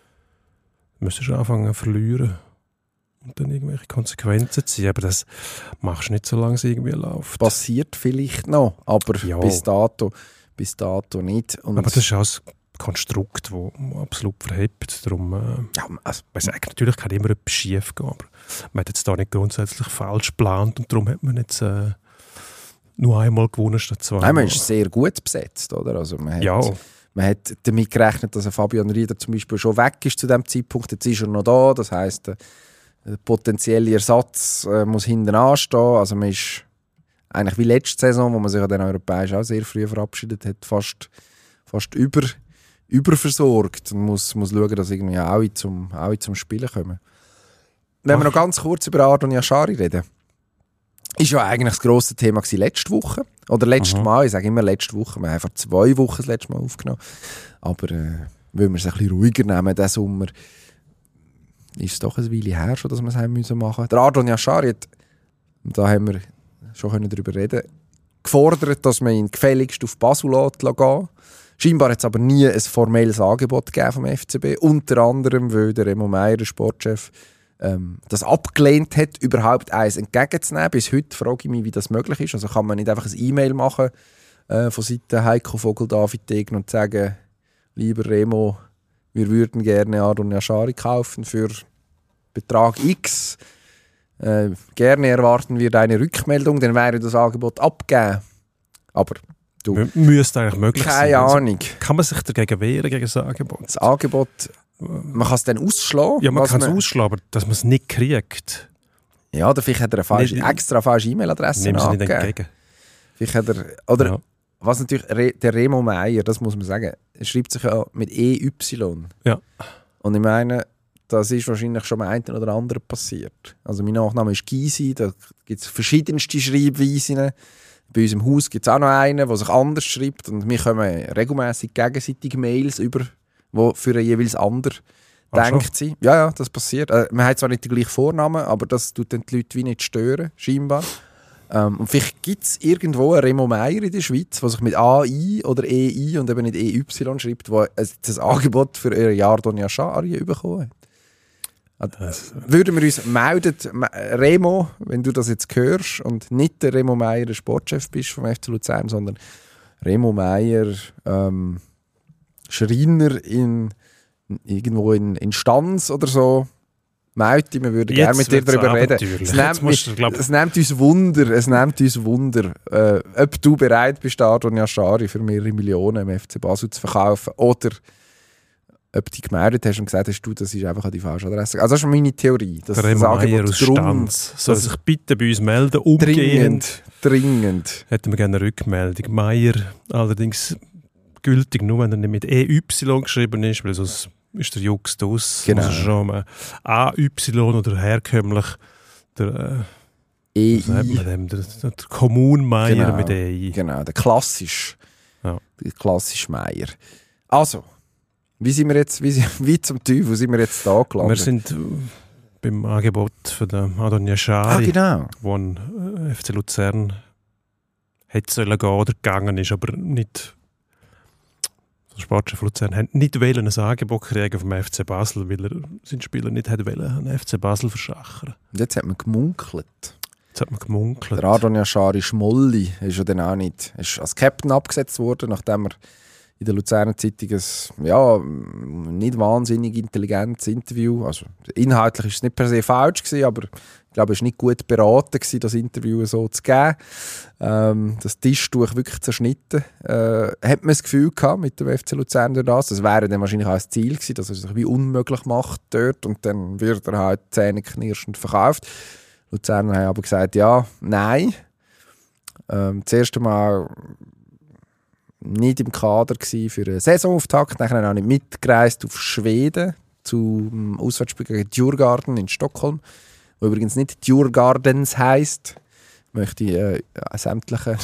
C: Du müsstest anfangen zu verlieren und dann irgendwelche Konsequenzen ziehen. Aber das machst du nicht, solange es irgendwie läuft.
D: Passiert vielleicht noch, aber ja. bis, dato, bis dato nicht. Und
C: aber das ist auch ein Konstrukt, das absolut verhebt. Darum, äh, ja, also, man sagt, natürlich kann immer etwas schief gehen, aber man hat jetzt da nicht grundsätzlich falsch geplant und darum hat man jetzt äh, nur einmal gewonnen statt zweimal.
D: Nein, man ist sehr gut besetzt, oder? Also man hat,
C: ja.
D: Man hat damit gerechnet, dass Fabian Rieder zum Beispiel schon weg ist zu diesem Zeitpunkt. Jetzt ist er noch da, das heisst, der, der potenzielle Ersatz äh, muss hinten anstehen. Also man ist eigentlich wie letzte Saison, wo man sich an den Europäischen auch sehr früh verabschiedet hat, fast, fast über, überversorgt und muss, muss schauen, dass irgendwie alle zum, alle zum Spielen kommen. Wenn Ach. wir noch ganz kurz über Ardon Yashari reden, ist ja eigentlich das grosse Thema gewesen letzte Woche. Oder letztes mhm. Mal, ich sage immer letzte Woche, wir haben vor zwei Wochen das letzte Mal aufgenommen. Aber äh, wenn wir es ein bisschen ruhiger nehmen, diesen Sommer, ist es doch ein Weile her schon, dass wir es haben müssen machen. Der Ardon Yashari hat, da haben wir schon darüber reden können, gefordert, dass man ihn gefälligst auf Basel gehen lässt. Scheinbar hat es aber nie ein formelles Angebot gegeben vom F C B. Unter anderem, weil der Remo Meier, der Sportchef, ähm, das abgelehnt hat, überhaupt eins entgegenzunehmen. Bis heute frage ich mich, wie das möglich ist. Also kann man nicht einfach ein E-Mail machen äh, von Seiten Heiko Vogel, David Degen und sagen, lieber Remo, wir würden gerne Ardon Yashari kaufen für Betrag X. Äh, gerne erwarten wir deine Rückmeldung, dann wäre das Angebot abgegeben. Aber du...
C: M- müsste eigentlich möglich
D: keine
C: sein.
D: Keine Ahnung.
C: Also, kann man sich dagegen wehren, gegen das Angebot?
D: Das Angebot... Man kann es dann ausschlagen.
C: Ja, man kann es ausschlagen, aber dass man es nicht kriegt.
D: Ja, oder vielleicht hat er eine falsche, nicht, extra falsche E-Mail-Adresse angegeben. Nicht entgegen. Vielleicht hat er... Oder ja. Was natürlich... Der Remo Meier, das muss man sagen, er schreibt sich ja mit E Y.
C: Ja.
D: Und ich meine, das ist wahrscheinlich schon mal ein oder andere passiert. Also mein Nachname ist Gysi, da gibt es verschiedenste Schreibweisen. Bei uns im Haus gibt es auch noch einen, der sich anders schreibt. Und wir kommen regelmässig gegenseitig Mails über, die für einen jeweils anderen denkt sind. Ja, ja, das passiert. Äh, man hat zwar nicht den gleichen Vornamen, aber das tut dann die Leute wie nicht stören, scheinbar. Ähm, und vielleicht gibt es irgendwo einen Remo Meier in der Schweiz, der sich mit A I oder E I und eben nicht E Y schreibt, der das Angebot für ein Ardon Yashari bekommen hat. Also, würden wir uns melden, Remo, wenn du das jetzt hörst und nicht der Remo Meier, der Sportchef bist vom F C Luzern, sondern Remo Meier, ähm, Schreiner in, irgendwo in, in Stanz oder so, melde, wir würden gerne mit dir darüber reden. Es nimmt, mich, es nimmt uns Wunder, es nimmt uns Wunder, äh, ob du bereit bist, Ardon Yashari für mehrere Millionen im F C Basel zu verkaufen oder ob du dich gemeldet hast und gesagt hast, du, das ist einfach an die falsche Adresse. Also das ist meine Theorie. Dass
C: Der Remo Meier aus Stanz soll sich bitte bei uns melden, umgehend.
D: Dringend, dringend.
C: Hätten wir gerne eine Rückmeldung. Meier allerdings gültig nur, wenn er nicht mit E Y geschrieben ist, weil sonst ist der Jux aus.
D: Genau.
C: Muss er schon mal A Y oder herkömmlich der, äh,
D: E
C: was sagt man dem, der, der Kommunmeier
D: Genau.
C: mit E I.
D: Genau, der klassische,
C: Ja.
D: der klassische Meier. Also, wie sind wir jetzt, wie, sind- wie zum Teufel sind wir jetzt da gelandet?
C: Wir sind äh, beim Angebot von der Adonja
D: ah,
C: Schari,
D: genau.
C: wo ein äh, F C Luzern hätte sollen gehen oder gegangen ist, aber nicht. Der Sportchef Luzern hat nicht wollen ein Angebot kriegen vom F C Basel, weil er seinen Spieler nicht hat wollen, an F C Basel verschachern.
D: Und jetzt hat man gemunkelt.
C: Jetzt hat man gemunkelt.
D: Der Adon Yashari Schmolli ist ja dann auch nicht, ist als Captain abgesetzt worden, nachdem er in der Luzerner Zeitung ein ja, nicht wahnsinnig intelligentes Interview, also inhaltlich ist es nicht per se falsch gewesen, aber ich glaube, es war nicht gut beraten gewesen, das Interview so zu geben. Ähm, das Tischtuch wirklich zerschnitten. Äh, hat man das Gefühl gehabt mit dem F C Luzern durch das. Das wäre dann wahrscheinlich auch das Ziel gewesen, dass er sich wie unmöglich macht dort und dann wird er halt zähneknirschend verkauft. Luzerner haben aber gesagt, ja, nein. Ähm, das erste Mal nicht im Kader gsi für einen Saisonauftakt, nachher auch nicht mitgereist auf Schweden zum Auswärtsspiel gegen Djurgården in Stockholm, wo übrigens nicht Djurgardens heisst. Möchte ich äh, sämtliche,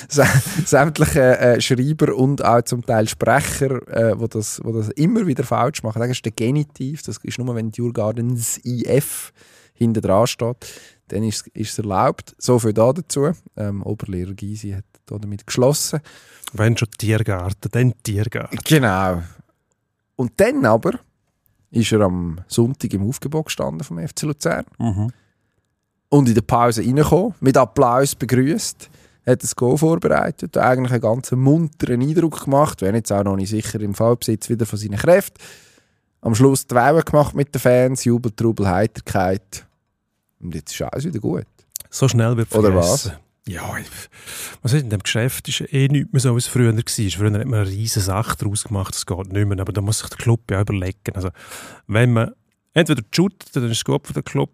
D: sämtliche äh, Schreiber und auch zum Teil Sprecher, äh, wo, das, wo das immer wieder falsch machen. Das ist der Genitiv, das ist nur, wenn Djurgardens I F hinten dran steht, dann ist, ist es erlaubt. So viel da dazu. Ähm, Oberlehrer Gysi hat damit geschlossen.
C: Wenn schon Tiergarten, dann Tiergarten.
D: Genau. Und dann aber ist er am Sonntag im Aufgebot gestanden vom F C Luzern.
C: Mhm.
D: Und in der Pause reingekommen, mit Applaus begrüßt, hat das Goal vorbereitet, eigentlich einen ganz munteren Eindruck gemacht, wenn jetzt auch noch nicht sicher im Fallbesitz wieder von seinen Kräften. Am Schluss die Wellen gemacht mit den Fans, Jubel, Trubel, Heiterkeit. Und jetzt ist alles wieder gut.
C: So schnell wird
D: Oder
C: vergessen.
D: was?
C: Ja, ich, was ist in dem Geschäft ist eh nichts mehr so, wie es früher war. Früher hat man eine riesige Sache daraus gemacht, das geht nicht mehr. Aber da muss sich der Club ja überlegen. Also, wenn man entweder shootet, dann ist es gut für den Club,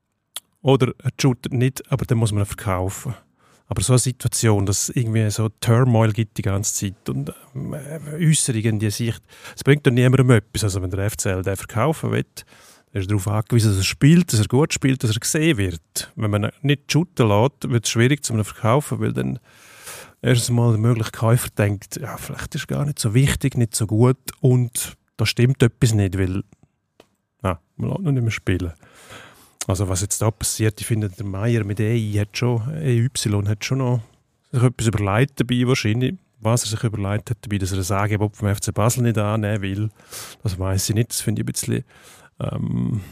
C: oder er shootet nicht, aber dann muss man ihn verkaufen. Aber so eine Situation, dass es irgendwie so Turmoil gibt die ganze Zeit und äh, Äußerungen in die Sicht, es bringt doch niemandem etwas. Also wenn der F C L den verkaufen will, er ist darauf angewiesen, dass er spielt, dass er gut spielt, dass er gesehen wird. Wenn man ihn nicht shooten lässt, wird es schwierig zu verkaufen, weil dann erstens mal der mögliche Käufer denkt, ja, vielleicht ist es gar nicht so wichtig, nicht so gut und da stimmt etwas nicht, weil na, man lässt noch nicht mehr spielen. Also was jetzt da passiert, ich finde, der Meier mit E I hat schon, E Y hat schon noch sich etwas überlegt dabei wahrscheinlich. Was er sich überlegt hat dabei, dass er ein Angebot vom F C Basel nicht annehmen will, das weiss ich nicht. Das finde ich ein bisschen ähm,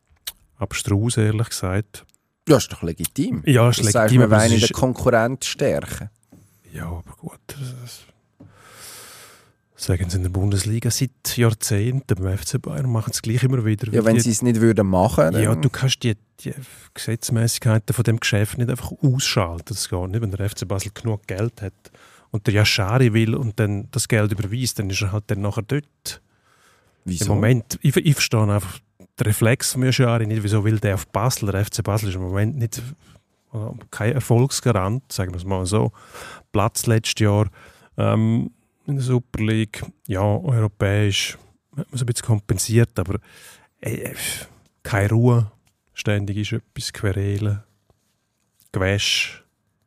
C: abstrus, ehrlich gesagt.
D: Ja, ist doch legitim.
C: Ja, ist
D: das
C: legitim.
D: wir
C: aber
D: wollen
C: es
D: in der
C: ist-
D: Konkurrenz stärken.
C: Ja, aber gut. Das sagen sie in der Bundesliga seit Jahrzehnten. Beim F C Bayern machen sie es gleich immer wieder.
D: Ja, wenn
C: Die-
D: sie es nicht würden machen würden.
C: Ja, du kannst die, die Gesetzmäßigkeiten von dem Geschäft nicht einfach ausschalten. Das geht nicht. Wenn der F C Basel genug Geld hat und der Yashari will und dann das Geld überweist, dann ist er halt dann nachher dort.
D: Wieso?
C: Im Moment, ich, ich verstehe einfach den Reflex von Yashari nicht. Wieso will der auf Basel? Der F C Basel ist im Moment nicht äh, kein Erfolgsgarant, sagen wir es mal so. Platz letztes Jahr ähm, in der Super League, ja, europäisch hat man so ein bisschen kompensiert, aber äh, keine Ruhe, ständig ist etwas, Querelen, Gewäsch.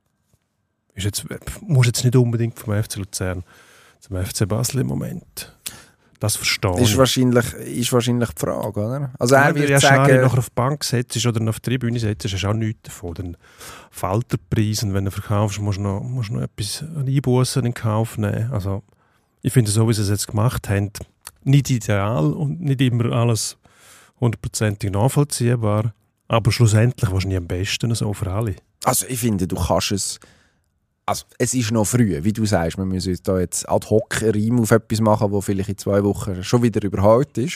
C: Ist jetzt, muss jetzt nicht unbedingt vom F C Luzern zum F C Basel im Moment. Das verstehe
D: ist
C: ich.
D: wahrscheinlich, ist wahrscheinlich die Frage, oder? Also er
C: Wenn du
D: wird
C: ja Schari
D: sagen...
C: nachher auf die Bank setzt oder auf die Tribüne setzt, hast du auch nichts davon. Dann fällt der Preis und wenn du verkaufst, musst du noch, musst du noch etwas an Einbussen in Kauf nehmen. Also, ich finde, so wie sie es jetzt gemacht haben, nicht ideal und nicht immer alles hundertprozentig nachvollziehbar, aber schlussendlich wahrscheinlich am besten so für alle.
D: Also ich finde, du kannst es... Also es ist noch früh, wie du sagst, wir müssen uns da jetzt ad hoc einen Reim auf etwas machen, das vielleicht in zwei Wochen schon wieder überholt ist.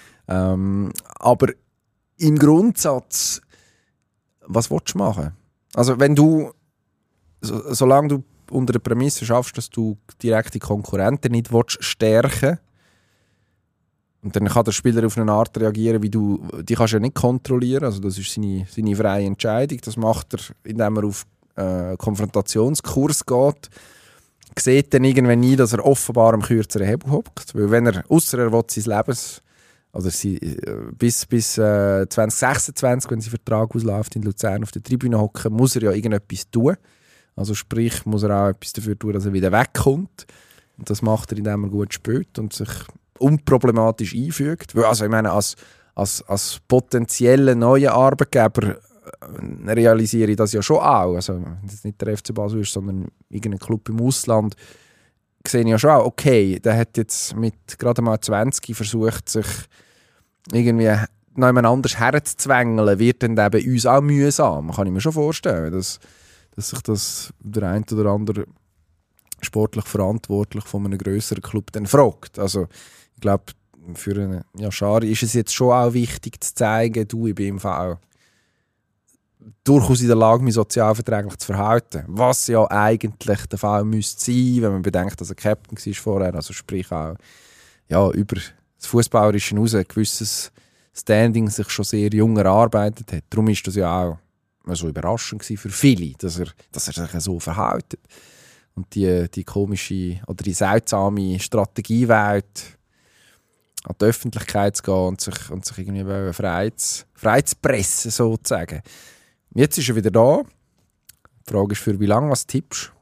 D: Ähm, aber im Grundsatz, was willst du machen? Also wenn du, so, solange du unter der Prämisse schaffst, dass du direkte Konkurrenten nicht willst stärken, Und dann kann der Spieler auf eine Art reagieren, wie du, die kannst du ja nicht kontrollieren, also das ist seine, seine freie Entscheidung. Das macht er, indem er auf äh, Konfrontationskurs geht. Sieht dann irgendwann nie, dass er offenbar am kürzeren Hebel hockt. Weil wenn er, ausser er will sein Lebens, oder sie, äh, bis, bis äh, zwanzig sechsundzwanzig, wenn sein Vertrag ausläuft in Luzern auf der Tribüne hocken, muss er ja irgendetwas tun. Also sprich, muss er auch etwas dafür tun, dass er wieder wegkommt. Und das macht er, indem er gut spielt und sich unproblematisch einfügt. Weil, also ich meine, als, als, als potenzieller neuer Arbeitgeber äh, realisiere ich das ja schon auch. Also wenn es nicht der F C Basel ist, sondern irgendein Club im Ausland, sehe ich ja schon auch, okay, der hat jetzt mit gerade mal zwanzig versucht, sich irgendwie noch jemand anders herzuzwängeln, wird dann bei uns auch mühsam. Kann ich mir schon vorstellen, dass, dass sich das der eine oder andere sportlich verantwortlich von einem grösseren Club dann fragt. Also ich glaube, für einen ja, Schari ist es jetzt schon auch wichtig zu zeigen, du, ich bin im Fall durchaus in der Lage, mich sozialverträglich zu verhalten. Was ja eigentlich der Fall müsste sein, wenn man bedenkt, dass er Captain war vorher, also sprich auch ja, über das Fußballerische hinaus ein gewisses Standing sich schon sehr jung erarbeitet hat. Darum ist das ja auch so überraschend für viele, dass er, dass er sich so verhält. Und die, die komische oder die seltsame Strategiewelt an die Öffentlichkeit zu gehen und sich, und sich irgendwie frei zu, frei zu pressen, sozusagen. Jetzt ist er wieder da. Die Frage ist, für wie lange, was tippst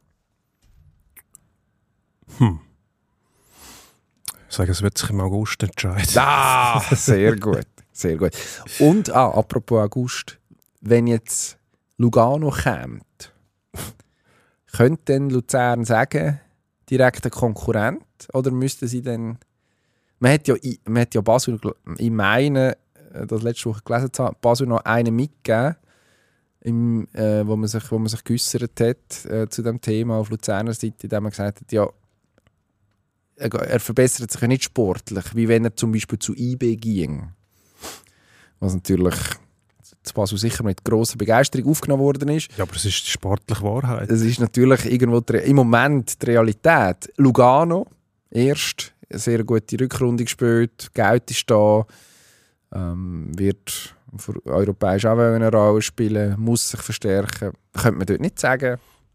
C: du? Hm. Ich sage, es wird sich im August entscheiden.
D: Ah, sehr gut. Sehr gut. Und, ah, apropos August, wenn jetzt Lugano kommt, könnte denn Luzern sagen, direkter Konkurrent? Oder müssten sie dann... Man hat ja, man hat ja Basel, ich meine, das letzte Woche gelesen zu haben, Basel noch einen mitgegeben, im, äh, wo, man sich, wo man sich geäussert hat äh, zu dem Thema auf Luzerner Seite, indem man gesagt hat, ja, er, er verbessert sich ja nicht sportlich, wie wenn er zum Beispiel zu I B ging. Was natürlich zu Basel sicher mit grosser Begeisterung aufgenommen worden ist.
C: Ja, aber es ist die sportliche Wahrheit.
D: Es ist natürlich irgendwo die, im Moment die Realität. Lugano, erst, eine sehr gute Rückrunde gespielt, Geld ist da, ähm, wird für europäisch auch eine Rolle spielen, muss sich verstärken. Könnte man dort nicht sagen,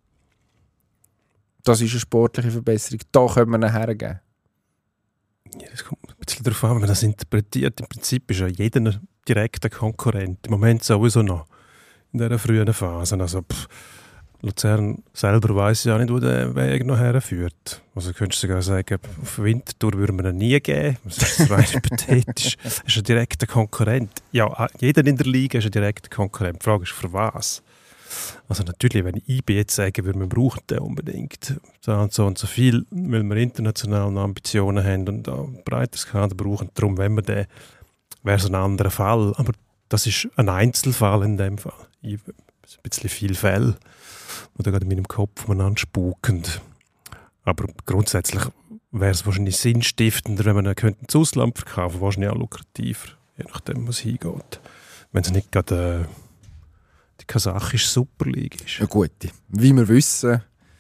D: das ist eine sportliche Verbesserung, da können wir nachher hergeben.
C: Ja, das kommt ein bisschen darauf an, wenn man das interpretiert. Im Prinzip ist ja jeder ein direkter Konkurrent. Im Moment sowieso noch in dieser frühen Phase. Also, pff, Luzern selber weiss ja nicht, wo der Weg noch herführt. Also könntest du sogar sagen, auf Winterthur würden wir ihn nie geben. Das ist rein hypothetisch. Er ist ein direkter Konkurrent. Ja, jeder in der Liga ist ein direkter Konkurrent. Die Frage ist, für was? Also natürlich, wenn ich I B jetzt sagen würde, wir brauchen den unbedingt so und so und so viel, weil wir internationale Ambitionen haben und ein breites Kader brauchen. Darum, wenn wir den, wäre es ein anderer Fall. Aber das ist ein Einzelfall in dem Fall. Ein bisschen viele Fälle, die da gerade in meinem Kopf umeinander spuken. Aber grundsätzlich wäre es wahrscheinlich sinnstiftender, wenn man ihn ins Ausland verkaufen könnte. Wahrscheinlich auch lukrativer, je nachdem, wo es hingeht. Wenn es nicht gerade äh, die kasachische Superliga ist.
D: Ja gut, wie wir wissen,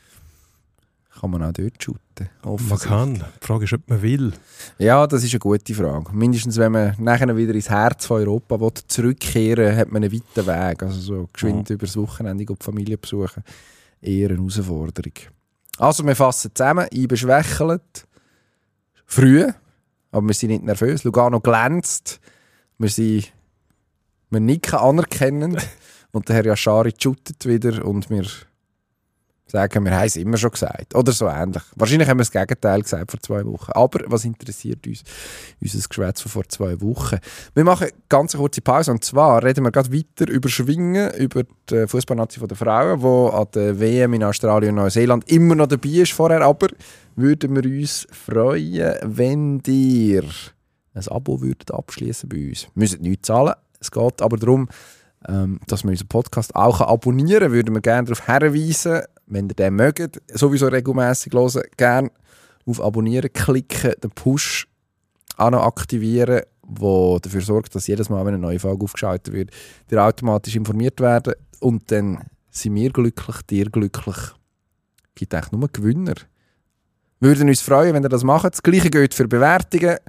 D: kann man auch dort shooten.
C: Man kann. Die Frage ist, ob man will.
D: Ja, das ist eine gute Frage. Mindestens, wenn man nachher wieder ins Herz von Europa will, zurückkehren will, hat man einen weiten Weg. Also so geschwind ja. Über das Wochenende die Familie besuchen, eher eine Herausforderung. Also wir fassen zusammen, I B schwächelt. Früh, aber wir sind nicht nervös. Lugano glänzt. Wir sind wir nicken anerkennend. Und der Herr Yashari shootet wieder und wir sagen, wir haben es immer schon gesagt. Oder so ähnlich. Wahrscheinlich haben wir das Gegenteil gesagt vor zwei Wochen. Aber was interessiert uns? Unser Geschwätz von vor zwei Wochen. Wir machen eine ganz kurze Pause. Und zwar reden wir gerade weiter über Schwingen, über die Fußballnazi der Frauen, die an der W M in Australien und Neuseeland immer noch dabei ist vorher. Aber würden wir uns freuen, wenn ihr ein Abo würdet abschließen bei uns. Wir müssen nichts zahlen. Es geht aber darum, dass wir unseren Podcast auch abonnieren können, würden wir gerne darauf hinweisen, wenn ihr den mögt, sowieso regelmässig hören, gerne auf Abonnieren klicken, den Push auch noch aktivieren, der dafür sorgt, dass jedes Mal, wenn eine neue Folge aufgeschaltet wird, ihr automatisch informiert werden und dann sind wir glücklich, dir glücklich. Es gibt eigentlich nur Gewinner. Wir würden uns freuen, wenn ihr das macht. Das Gleiche gilt für Bewertungen.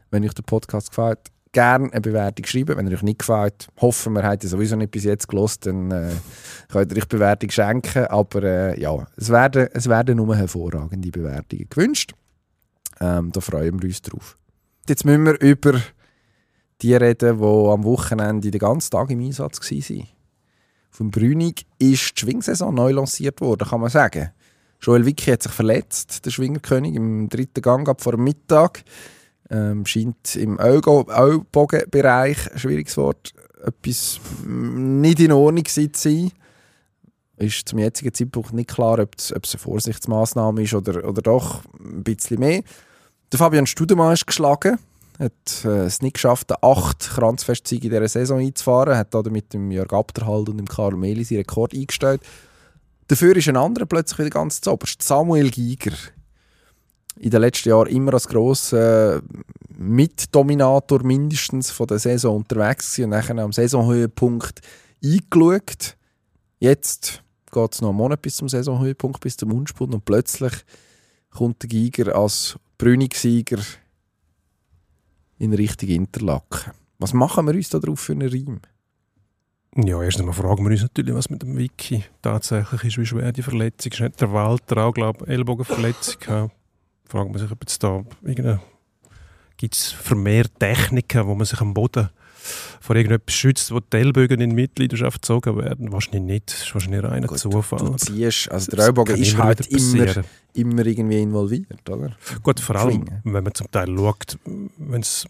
D: Wenn euch der Podcast gefällt, gerne eine Bewertung schreiben. Wenn ihr euch nicht gefällt, hoffen wir, habt ihr sowieso nicht bis jetzt gehört, dann äh, könnt ihr euch Bewertung schenken. Aber äh, ja, es werden, es werden nur hervorragende Bewertungen gewünscht. Ähm, da freuen wir uns drauf. Jetzt müssen wir über die reden, die am Wochenende den ganzen Tag im Einsatz waren. Vom Brünig ist die Schwingsaison neu lanciert worden, kann man sagen. Joel Wicki hat sich verletzt, der Schwingerkönig, im dritten Gang ab vor dem Mittag. Ähm, scheint im Ellbogenbereich, schwieriges Wort, etwas nicht in Ordnung zu sein. Ist zum jetzigen Zeitpunkt nicht klar, ob es, ob es eine Vorsichtsmaßnahme ist oder, oder doch ein bisschen mehr. Der Fabian Studemann ist geschlagen, hat äh, es nicht geschafft, acht Kranzfestsiege in dieser Saison einzufahren, hat damit dem Jörg Abderhalden und dem Karl Mehli seinen Rekord eingestellt. Dafür ist ein anderer plötzlich wieder ganz zoberst, Samuel Giger. In den letzten Jahren immer als grosser äh, Mitdominator mindestens von der Saison unterwegs gewesen und nachher am Saisonhöhepunkt eingeschaut. Jetzt geht es noch einen Monat bis zum Saisonhöhepunkt, bis zum Unspunt und plötzlich kommt der Giger als Brünig-Sieger in Richtung Interlaken. Was machen wir uns da drauf für einen Reim?
C: Ja, erst einmal fragen wir uns natürlich, was mit dem Wiki tatsächlich ist, wie schwer die Verletzung ist. Hat der Walter auch, glaube ich, Ellbogenverletzung gehabt? Fragen wir sich, ob es da irgendeine... Gibt es vermehrt Techniken, wo man sich am Boden vor irgendetwas schützt, wo die Ellbogen in Mitleidenschaft gezogen werden? Wahrscheinlich nicht. Das ist wahrscheinlich reiner
D: Gut,
C: Zufall.
D: Du, du ziehst, also der Ellbogen ist halt immer, immer irgendwie involviert, oder?
C: Gut, vor allem,
D: Schwingen.
C: wenn man zum Teil schaut, wenn es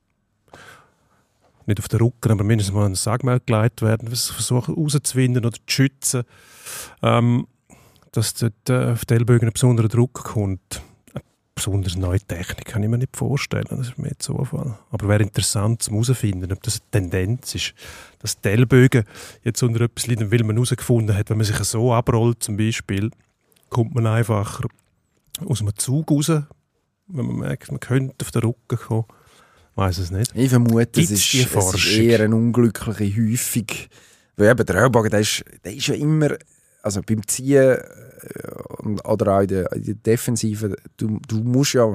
C: nicht auf den Rücken, aber mindestens mal an den Sagmehl gelegt werden, versuchen rauszuwinden oder zu schützen, ähm, dass dort äh, auf die Ellbogen ein besonderer Druck kommt. Eine besonders neue Technik kann ich mir nicht vorstellen, das ist mehr Zufall. Aber wäre interessant zu herausfinden, ob das eine Tendenz ist, dass die Ellbogen jetzt unter etwas leiden, weil man herausgefunden hat, wenn man sich so abrollt zum Beispiel, kommt man einfacher aus einem Zug raus, wenn man merkt, man könnte auf den Rücken kommen. Ich weiss es nicht.
D: Ich vermute, es
C: Gibt's
D: ist, es ist eher eine unglückliche Häufung. Weil eben der Ellbogen, der ist, der ist ja immer, also beim Ziehen oder auch in der, in der Defensive, du, du musst ja,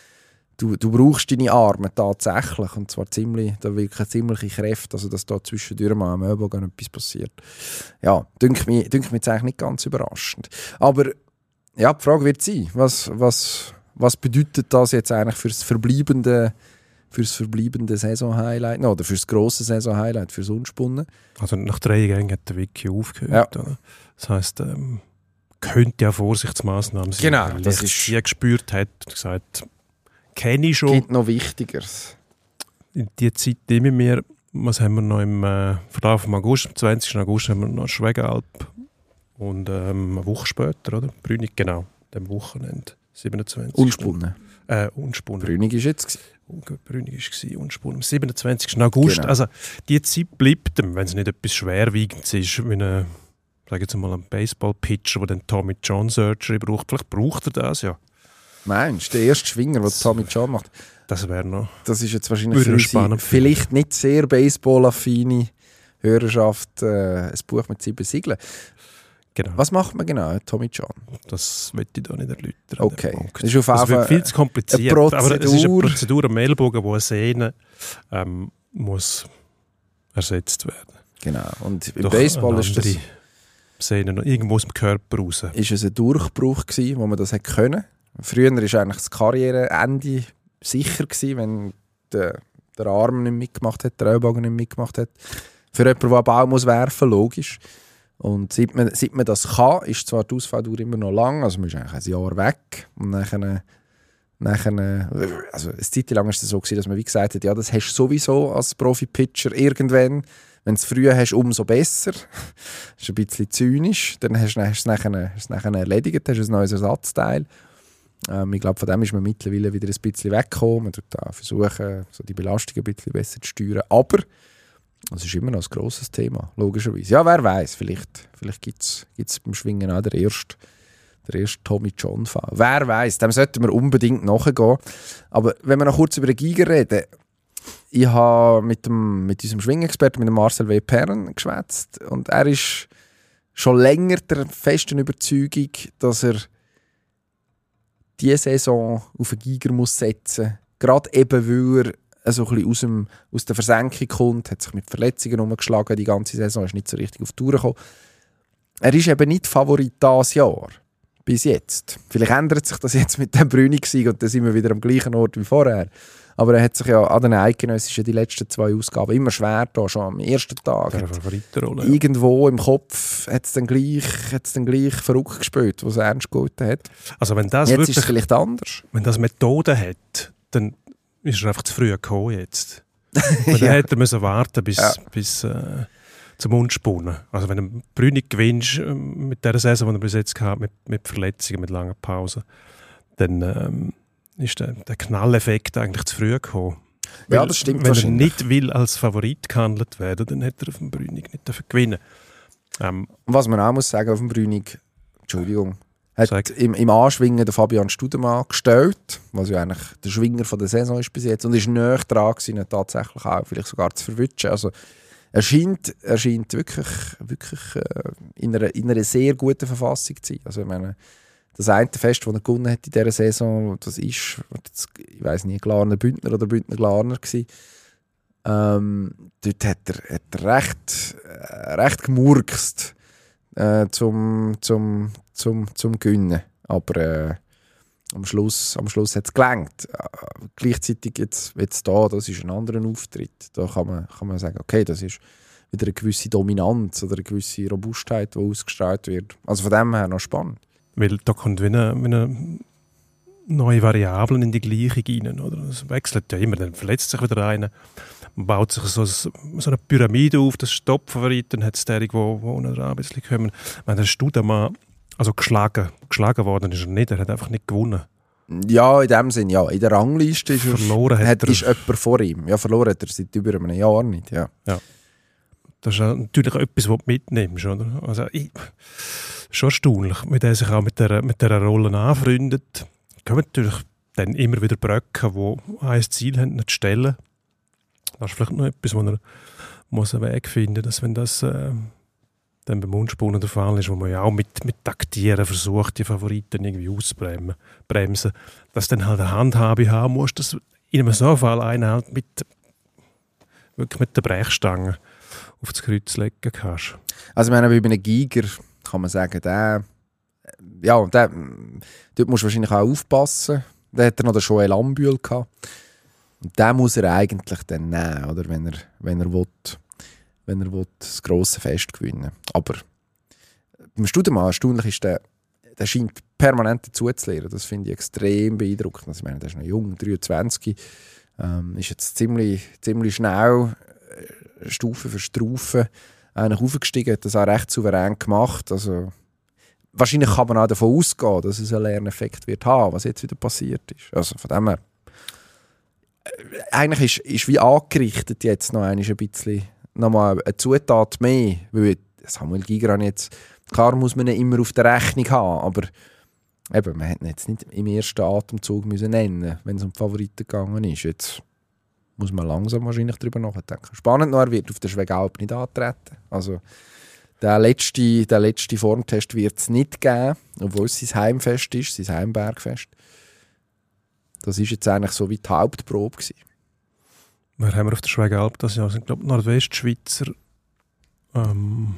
D: du, du brauchst deine Arme tatsächlich und zwar ziemlich, da wirken ziemliche Kräfte, also dass da zwischendurch mal am Ellbogen etwas passiert. Ja, dünkt mich, dünkt mich jetzt eigentlich nicht ganz überraschend. Aber ja, die Frage wird sein, was, was, was bedeutet das jetzt eigentlich für das verbleibende für das verbleibende Saison-Highlight, no, oder für das grosse Saison-Highlight, für das Unspunnen.
C: Also nach drei Gängen hat der Wiki aufgehört. Ja. Das heisst, ähm, könnte ja Vorsichtsmaßnahmen sein.
D: Genau,
C: weil
D: das
C: er
D: ist
C: sie gespürt hat und gesagt, kenne ich schon.
D: Gibt noch Wichtigeres.
C: In dieser Zeit nehme ich mir, was haben wir noch im äh, Verlauf vom August, am zwanzigsten August haben wir noch Schwegalp und ähm, eine Woche später, oder? Brünig, genau, dem Wochenende, siebenundzwanzigsten
D: Unspunnen.
C: Äh, Unspunnen.
D: Brünig ist jetzt
C: Brünig war Unspunnen. Am siebenundzwanzigsten August.
D: Genau.
C: Also die Zeit bleibt ihm, wenn es nicht etwas Schwerwiegendes ist, wie eine, sage jetzt mal, ein Baseball-Pitcher, der den Tommy John Surgery braucht. Vielleicht braucht er das, ja.
D: Meinst du, der erste Schwinger, den Tommy John macht?
C: Das wäre noch...
D: Das ist jetzt wahrscheinlich für
C: spannend.
D: unsere, vielleicht nicht sehr Baseball-affine Hörerschaft äh, ein Buch mit sieben Siegeln.
C: Genau.
D: Was macht man genau, Tommy John?
C: Das will ich da nicht erläutern.
D: Okay. Das ist auf
C: das wird viel zu kompliziert.
D: Prozedur.
C: Aber es ist eine Prozedur am Ellbogen, wo eine Sehne ähm, muss ersetzt werden.
D: Genau. Und im
C: Doch
D: Baseball ist das...
C: Sehne noch irgendwo aus dem Körper raus.
D: Ist es ein Durchbruch gewesen, wo man das hätte können? Früher war eigentlich das Karriereende sicher gewesen, wenn der, der Arm nicht mitgemacht hat, der Ellbogen nicht mitgemacht hat. Für jemanden, der einen Ball muss werfen, logisch. Und seit man, seit man das kann, ist zwar die Ausfalldauer immer noch lang, also man ist eigentlich ein Jahr weg. Und nachher, nachher, also eine Zeit lang war es so gewesen, dass man wie gesagt hat, ja, das hast du sowieso als Profi-Pitcher irgendwann. Wenn du es früher hast, umso besser. Das ist ein bisschen zynisch. Dann hast du es nachher, nachher erledigt, hast ein neues Ersatzteil. Ähm, ich glaube, von dem ist man mittlerweile wieder ein bisschen weggekommen. Man tut auch versuchen, so die Belastung ein bisschen besser zu steuern. Aber das ist immer noch ein grosses Thema, logischerweise. Ja, wer weiß, vielleicht, vielleicht gibt es beim Schwingen auch den ersten, der erste Tommy John-Fall. Wer weiß, dem sollten wir unbedingt nachgehen. Aber wenn wir noch kurz über den Giger reden, ich habe mit, dem, mit unserem Schwingexperten, mit dem Marcel W. Perren, geschwätzt und er ist schon länger der festen Überzeugung, dass er diese Saison auf einen Giger muss setzen muss. Gerade eben, weil er so ein bisschen aus, dem, aus der Versenkung kommt, hat sich mit Verletzungen umgeschlagen die ganze Saison, ist nicht so richtig auf die Tour gekommen. Er ist eben nicht Favorit dieses Jahr. Bis jetzt. Vielleicht ändert sich das jetzt mit dem Brünig-Sieg und dann sind wir wieder am gleichen Ort wie vorher. Aber er hat sich ja an den Eidgenössischen die letzten zwei Ausgaben immer schwer da, schon am ersten Tag.
C: Favoritenrolle.
D: Irgendwo im Kopf hat es dann gleich, hat's dann gleich verrückt gespielt, was er ernst gehalten hat.
C: Also wenn das
D: jetzt
C: wirklich,
D: ist es vielleicht anders.
C: Wenn das Methoden hat, dann ist er einfach zu früh gekommen jetzt. Weil dann
D: Ja.
C: hätte er müssen warten bis,
D: Ja.
C: bis äh, zum Mundspunnen. Also wenn du Brünig gewinnst äh, mit der Saison, die er bis jetzt gehabt, mit, mit Verletzungen, mit langen Pausen, dann ähm, ist der, der Knalleffekt eigentlich zu früh gekommen.
D: Ja,
C: Weil,
D: das stimmt
C: Wenn er
D: wahrscheinlich.
C: nicht will als Favorit gehandelt werden, dann hätte er auf dem Brünig nicht dafür gewinnen. Ähm,
D: Und was man auch muss sagen auf dem Brünig, Entschuldigung, hat
C: Sag.
D: im, im Anschwingen der Fabian Studemann gestellt, was ja eigentlich der Schwinger von der Saison ist bis jetzt, und ist näher dran gewesen, ihn tatsächlich auch vielleicht sogar zu verwutschen. Also er scheint, er scheint wirklich, wirklich äh, in, einer, in einer sehr guten Verfassung zu sein. Also ich meine, das eine Fest, das er gewonnen hat in dieser Saison, das ist, ich weiß nicht, Glarner Bündner oder Bündner Glarner gewesen. Ähm, dort hat er, hat er recht, äh, recht gemurkst äh, zum, zum, zum, zum Gewinnen. Aber äh, am Schluss, am Schluss hat es gelangt. Äh, gleichzeitig jetzt, jetzt da, das ist ein anderer Auftritt. Da kann man, kann man sagen, okay, das ist wieder eine gewisse Dominanz oder eine gewisse Robustheit, die ausgestrahlt wird. Also von dem her noch spannend.
C: Weil da kommt wie eine, wie eine neue Variablen in die Gleichung rein. Oder? Es wechselt ja immer, dann verletzt sich wieder einer. Man baut sich so, so eine Pyramide auf, das ist Top-Favorit, dann hat es derjenige, wo, wo unten dran ein bisschen kommen. Wenn der Studemann also geschlagen, geschlagen worden ist er nicht, er hat einfach nicht gewonnen.
D: Ja, in dem Sinn, ja. In der Rangliste ist, er,
C: Verloren hat
D: hat,
C: er-
D: ist jemand vor ihm. Ja, verloren hat er seit über einem Jahr nicht, ja.
C: Das ist ja natürlich etwas, was du mitnimmst. Oder? Also, ich, schon erstaunlich, wie der sich auch mit dieser mit der Rolle anfreundet. Es kommen natürlich dann immer wieder Brücken, die ein Ziel haben, nicht zu stellen. Das ist vielleicht noch etwas, wo er muss einen Weg finden muss, dass wenn das äh, dann beim Mundspunnen der Fall ist, wo man ja auch mit, mit Taktieren versucht, die Favoriten irgendwie auszubremsen, bremsen, dass du dann halt eine Handhabe haben musst, dass in einem so Fall einer halt mit, wirklich mit der Brechstange auf das Kreuz legen kannst.
D: Also ich meine, wie bei einem Giger kann man sagen, der, ja, der, dort musst du wahrscheinlich auch aufpassen. Da hat er noch den Joel Ambühl gehabt. Und den muss er eigentlich dann nehmen, oder? Wenn er, wenn er will, wenn er will, das grosse Fest gewinnen. Aber beim Studemann erstaunlich ist, der, der scheint permanent dazuzulernen. Das finde ich extrem beeindruckend. Also ich meine, der ist noch jung, dreiundzwanzig. Ähm, ist jetzt ziemlich, ziemlich schnell äh, Stufe für Stufe eigentlich aufgestiegen, hat das auch recht souverän gemacht. Also, wahrscheinlich kann man auch davon ausgehen, dass es einen Lerneffekt wird haben, was jetzt wieder passiert ist. Also von dem her, äh, eigentlich ist, ist wie angerichtet jetzt noch ein bisschen nochmal eine Zutat mehr, weil Samuel Giger jetzt, klar muss man ihn immer auf der Rechnung haben, aber eben, man hätte ihn jetzt nicht im ersten Atemzug müssen nennen, wenn es um die Favoriten gegangen ist. Jetzt muss man langsam wahrscheinlich darüber nachdenken. Spannend noch, er wird auf der Schwegalp nicht antreten. Also der letzte, der letzte Formtest wird es nicht geben, obwohl es sein Heimfest ist, sein Heimbergfest. Das war jetzt eigentlich so wie die Hauptprobe gewesen.
C: Wer haben wir auf der Schwegalp das Jahr? Ich glaube, Nordwestschweizer ähm,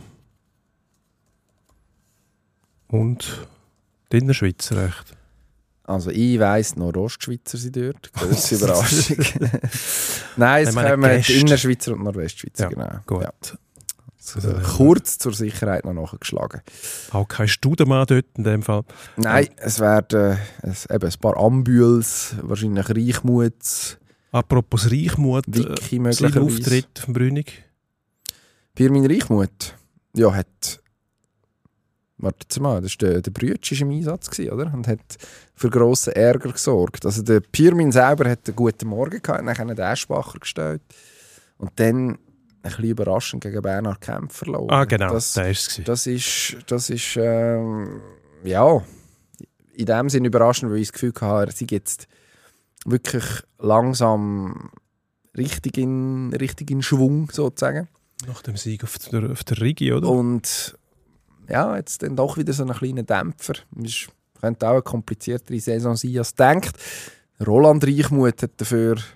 C: und die Innerschweizer recht.
D: Also ich weiss, Nordostschweizer sind dort. Grosse Überraschung. Nein, es
C: Ich meine,
D: kommen die
C: Gäste.
D: Innerschweizer und Nordwestschweizer,
C: Ja,
D: genau.
C: Gut.
D: Ja. Also kurz zur Sicherheit noch nachgeschlagen.
C: Auch kein Studemann dort in dem Fall.
D: Nein, es werden äh, es, eben ein paar Ambühls, wahrscheinlich Reichmuts,
C: Apropos Reichmut,
D: Wiki
C: äh, sein
D: möglicherweise.
C: Auftritt auf dem Brünig.
D: Pirmin Reichmuth, ja, hat, warte jetzt mal, das war der, der Brütsch im Einsatz gewesen, oder? Und hat für grossen Ärger gesorgt. Also der Pirmin selber hat einen guten Morgen gehabt, dann hat den Eschbacher gestellt und dann ein bisschen überraschend gegen Bernhard Kempf verloren.
C: Ah, genau,
D: Das,
C: der war es.
D: das ist, das ist ähm, ja, in dem Sinne überraschend, weil ich das Gefühl hatte, er sei jetzt wirklich langsam richtig in, richtig in Schwung, sozusagen.
C: Nach dem Sieg auf der, auf der Rigi, oder?
D: Und ja, jetzt dann doch wieder so einen kleinen Dämpfer. Es könnte auch eine kompliziertere Saison sein, als denkt. Roland Reichmuth hat dafür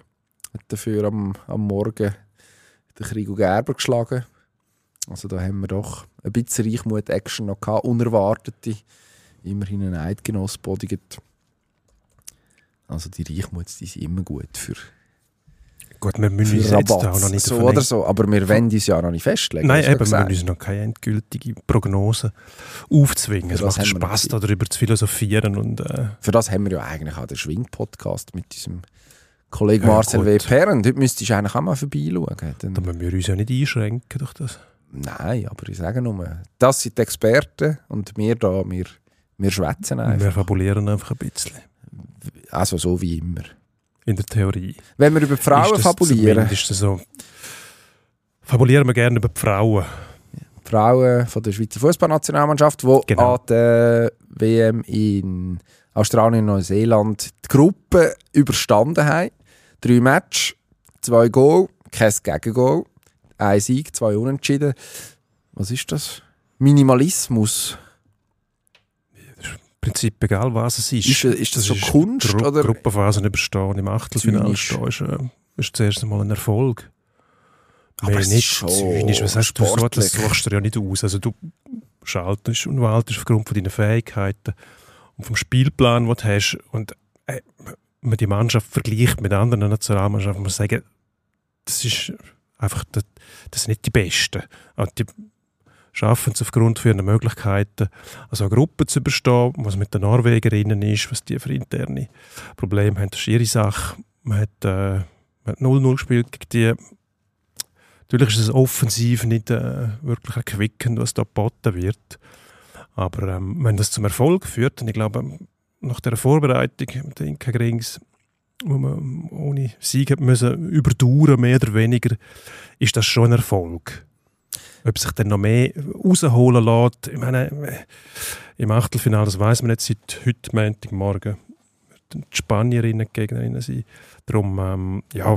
D: hat dafür am, am Morgen den Krigo Gerber geschlagen. Also da haben wir doch ein bisschen Reichmut-Action noch gehabt, unerwartete. Immerhin ein Eidgenoss bodigt. Also die Reichmuts, die sind immer gut für
C: Gut, wir müssen uns jetzt auch noch nicht
D: so oder so, aber wir wollen uns ja noch nicht festlegen.
C: Nein, eben, wir müssen uns noch keine endgültige Prognose aufzwingen. Es macht Spass, darüber zu philosophieren. Und, äh
D: für das haben wir ja eigentlich auch den Schwing-Podcast mit diesem Kollegen ja, Marcel W. Perren. Dort müsstest du eigentlich auch mal vorbeischauen. Dann
C: da müssen wir uns ja nicht einschränken durch das.
D: Nein, aber ich sage nur, das sind die Experten und wir da, wir, wir schwätzen einfach.
C: Wir fabulieren einfach ein bisschen.
D: Also so wie immer.
C: In der Theorie.
D: Wenn wir über die Frauen
C: ist
D: fabulieren.
C: Ist das so. Fabulieren wir gerne über die Frauen.
D: Die Frauen von der Schweizer Fußballnationalmannschaft, die
C: genau.
D: an der W M in Australien und Neuseeland die Gruppe überstanden haben. Drei Matches, zwei Goal, kein Gegengoal, ein Sieg, zwei Unentschieden. Was ist das? Minimalismus.
C: Im Prinzip egal, was es ist.
D: Ist, ist das, das so ist Kunst?
C: Gru-
D: oder?
C: Gruppenphasen überstehen, im Achtelfinale stehen, ist, äh, ist zuerst einmal ein Erfolg.
D: Aber
C: Mehr
D: es
C: nicht
D: ist schon
C: zynisch. Was sagst du, so, das
D: sportlich.
C: suchst du ja nicht aus. Also du schaltest und waltest aufgrund von deinen Fähigkeiten und vom Spielplan, den du hast. Und äh, wenn man die Mannschaft vergleicht mit anderen Nationalmannschaften, muss man sagen, das ist einfach das, das sind nicht die Besten. Also die schaffen es aufgrund von ihren Möglichkeiten, also eine Gruppe zu überstehen, was mit den Norwegerinnen ist, was die für interne Probleme haben. Das ist ihre Sache. Man hat, äh, man hat null null gespielt gegen die. Natürlich ist es offensiv nicht äh, wirklich erquickend, was da geboten wird. Aber ähm, wenn das zum Erfolg führt, und ich glaube, nach der Vorbereitung mit den Inka Grings, wo man ohne Sieg hat müssen überdauern, mehr oder weniger, ist das schon ein Erfolg. Ob sich dann noch mehr rausholen lässt, ich meine, im Achtelfinale, das weiss man nicht seit heute Montagmorgen, die Spanierinnen die Gegnerinnen sein. Darum, ähm, ja,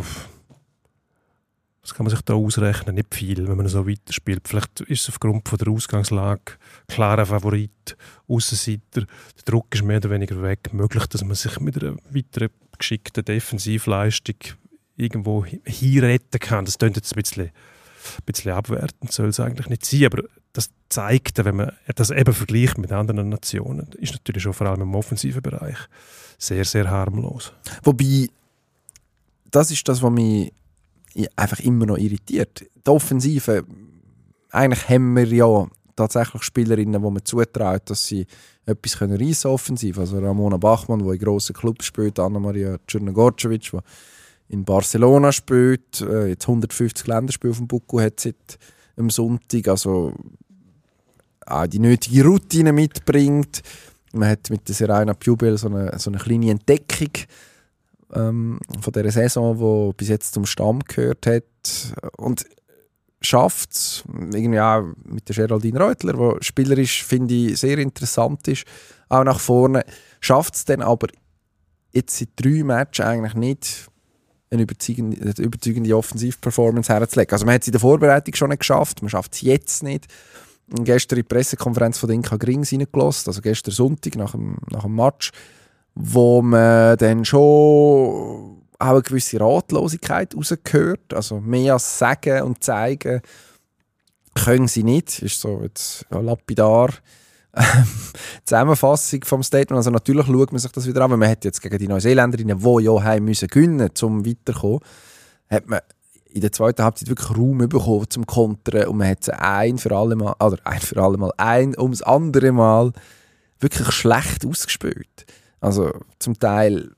C: was kann man sich da ausrechnen? Nicht viel, wenn man so weiterspielt. Vielleicht ist es aufgrund von der Ausgangslage klarer Favorit, Aussenseiter. Der Druck ist mehr oder weniger weg. Möglich, dass man sich mit einer weiteren geschickten Defensivleistung irgendwo hinretten kann. Das klingt jetzt ein bisschen, ein bisschen abwertend, soll es eigentlich nicht sein. Aber das zeigt, wenn man das eben vergleicht mit anderen Nationen, ist natürlich schon vor allem im offensiven Bereich sehr, sehr harmlos.
D: Wobei, das ist das, was mich einfach immer noch irritiert. Die Offensive, eigentlich haben wir ja tatsächlich Spielerinnen, die man zutraut, dass sie etwas können reissen offensiv. Also Ramona Bachmann, die in grossen Clubs spielt, Anna-Maria Czernogorcevic, die in Barcelona spielt, jetzt hundertfünfzig Länderspiele auf dem Buckel hat seit am Sonntag, also auch die nötige Routine mitbringt. Man hat mit der Serena Pubel so eine, so eine kleine Entdeckung ähm, von dieser Saison, die bis jetzt zum Stamm gehört hat. Und schafft es, irgendwie auch mit der Geraldine Reutler, die spielerisch, finde ich, sehr interessant ist, auch nach vorne, schafft es dann aber jetzt seit drei Matches eigentlich nicht, eine überzeugende, eine überzeugende Offensivperformance herzulegen. Also man hat es in der Vorbereitung schon nicht geschafft, man schafft es jetzt nicht. Und gestern in die Pressekonferenz von Inka Grings reingelassen, also gestern Sonntag nach dem, nach dem Match, wo man dann schon auch eine gewisse Ratlosigkeit rausgehört. Also mehr als sagen und zeigen können sie nicht. Ist so jetzt ja, lapidar. Zusammenfassung vom Statement. Also natürlich schaut man sich das wieder an, weil man hat jetzt gegen die Neuseeländerinnen, die ja heim müssen gewinnen, um weiterzukommen, hat man in der zweiten Halbzeit wirklich Raum bekommen zum Kontern und man hat sie ein für alle Mal, oder ein für alle Mal, ein ums andere Mal wirklich schlecht ausgespielt. Also zum Teil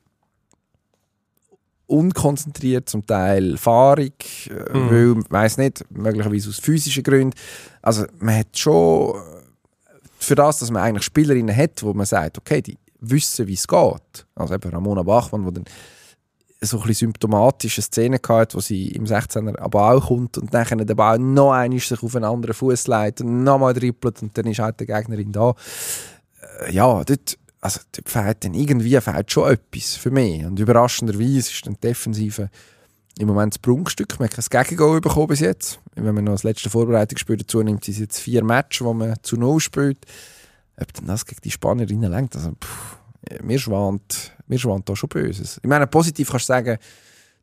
D: unkonzentriert, zum Teil fahrig, mhm. weil, ich weiss nicht, möglicherweise aus physischen Gründen. Also man hat schon für das, dass man eigentlich Spielerinnen hat, wo man sagt, okay, die wissen, wie es geht. Also eben Ramona Bachmann, die dann so ein bisschen symptomatische Szene hatte, wo sie im sechzehner aber auch kommt und dann der Ball noch einmal sich auf einen anderen Fuß legt und nochmal dribbelt und dann ist halt die Gegnerin da. Ja, dort, also dort fehlt dann irgendwie fehlt schon etwas für mich. Und überraschenderweise ist dann die Defensive im Moment das Prunkstück. Man hat kein Gegengoal bekommen bis jetzt. Wenn man noch das letzte Vorbereitungsspiel dazu nimmt, sind es jetzt vier Matches, wo man zu null spielt. Ob denn das gegen die Spanierinnen lenkt, also pff, mir schwant, mir schwant da schon Böses. Ich meine, positiv kannst du sagen,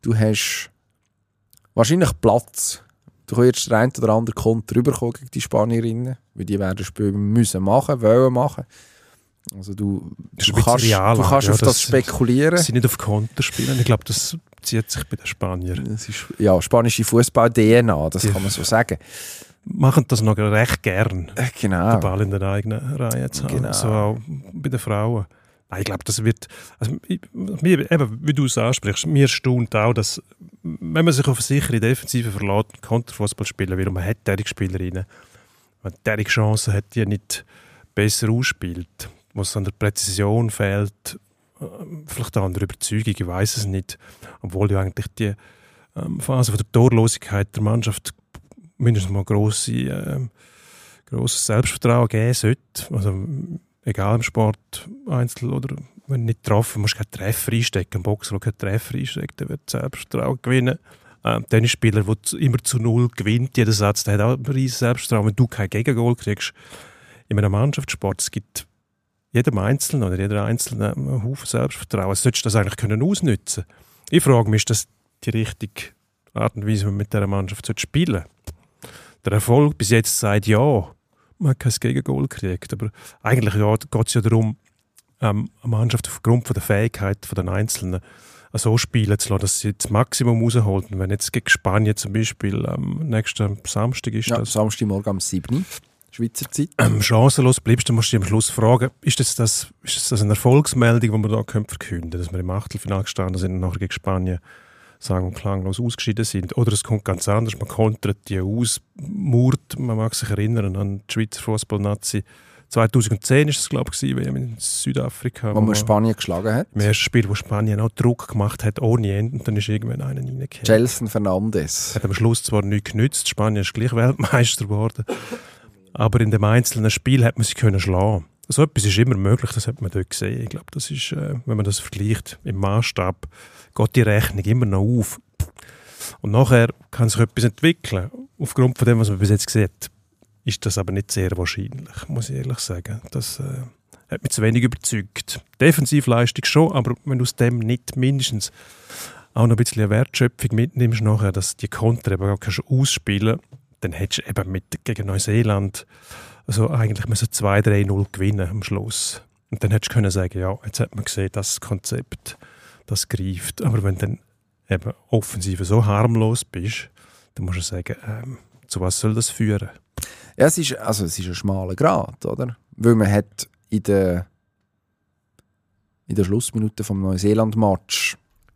D: du hast wahrscheinlich Platz. Du kannst den einen oder anderen Konter rüberkommen gegen die Spanierinnen, weil die werden das Spiel müssen machen, wollen machen. Also du, du kannst,
C: realer,
D: du kannst
C: ja,
D: auf das,
C: das
D: spekulieren.
C: Sie nicht auf Konter spielen. Ich glaube, das zieht sich bei den Spaniern.
D: Das ist, ja, spanische Fußball-D N A, das
C: Die
D: kann man so sagen.
C: Machen das noch recht gern,
D: Äh, Genau.
C: den Ball in der eigenen Reihe zu haben.
D: Genau.
C: So auch bei den Frauen. Nein, ich glaube, das wird, also, ich, mir, eben, wie du es ansprichst, mir erstaunt auch, dass, wenn man sich auf eine sichere Defensive verlässt, Konterfußball spielen will und man hat derige Spielerinnen, wenn derige Chancen hat, die nicht besser ausspielt, wo es an der Präzision fehlt, äh, vielleicht auch an der Überzeugung, ich weiß es nicht, obwohl ja eigentlich die ähm, Phase von der Torlosigkeit der Mannschaft mindestens mal grosse, äh, grosses Selbstvertrauen geben sollte. Also, egal im Sport, Einzel oder wenn du nicht getroffen musst du keinen Treffer einstecken. Ein Boxer, der keinen Treffer einsteckt, der wird Selbstvertrauen gewinnen. Ein Tennisspieler, der immer zu null gewinnt, jeden Satz, der hat auch ein riesiges Selbstvertrauen. Wenn du kein Gegengol kriegst in einem Mannschaftssport, es gibt jedem Einzelnen oder jeder Einzelne einen Haufen Selbstvertrauen. Solltest du das eigentlich können ausnutzen können? Ich frage mich, ist das die richtige Art und Weise, wie man mit dieser Mannschaft spielen sollte? Der Erfolg bis jetzt sagt ja. Man hat kein Gegengol gekriegt. Aber eigentlich ja, geht es ja darum, ähm, eine Mannschaft aufgrund von der Fähigkeit der Einzelnen so spielen zu lassen, dass sie das Maximum rausholt. Und wenn jetzt gegen Spanien zum Beispiel am ähm, nächsten Samstag ist,
D: Ja,
C: das,
D: Samstagmorgen um sieben Schweizer Zeit.
C: ähm, chancenlos bleibst, dann musst du dich am Schluss fragen, ist das, das, ist das eine Erfolgsmeldung, die wir da verkünden können, dass wir im Achtelfinale gestanden sind und nachher gegen Spanien sang- und klanglos ausgeschieden sind. Oder es kommt ganz anders, man kontert die aus, murrt, man mag sich erinnern an die Schweizer Fußball-Nazi. zweitausendzehn war es, glaube ich, in Südafrika.
D: Wo man Spanien geschlagen hat.
C: Im ersten Spiel, wo Spanien auch Druck gemacht hat, ohne Ende, und dann ist irgendwann einer reingekommen.
D: Gelson Fernandes.
C: Hat am Schluss zwar nichts genützt, Spanien ist gleich Weltmeister geworden, aber in dem einzelnen Spiel hat man sie können schlagen. So etwas ist immer möglich, das hat man dort gesehen. Ich glaube, das ist, äh, wenn man das vergleicht, im Maßstab geht die Rechnung immer noch auf. Und nachher kann sich etwas entwickeln. Aufgrund von dem, was man bis jetzt sieht, ist das aber nicht sehr wahrscheinlich, muss ich ehrlich sagen. Das äh, hat mich zu wenig überzeugt. Defensivleistung schon, aber wenn du aus dem nicht mindestens auch noch ein bisschen eine Wertschöpfung mitnimmst, nachher, dass die Konter eben gar kannst ausspielen, dann hättest du eben mit, gegen Neuseeland also eigentlich müssen zwei drei null gewinnen am Schluss. Und dann hättest du können sagen, ja, jetzt hat man gesehen, das Konzept, das greift. Aber wenn du dann eben offensiv so harmlos bist, dann musst du sagen, ähm, zu was soll das führen?
D: Ja, es ist, also es ist ein schmaler Grat, oder? Weil man hat in der, in der Schlussminute vom Neuseeland-Match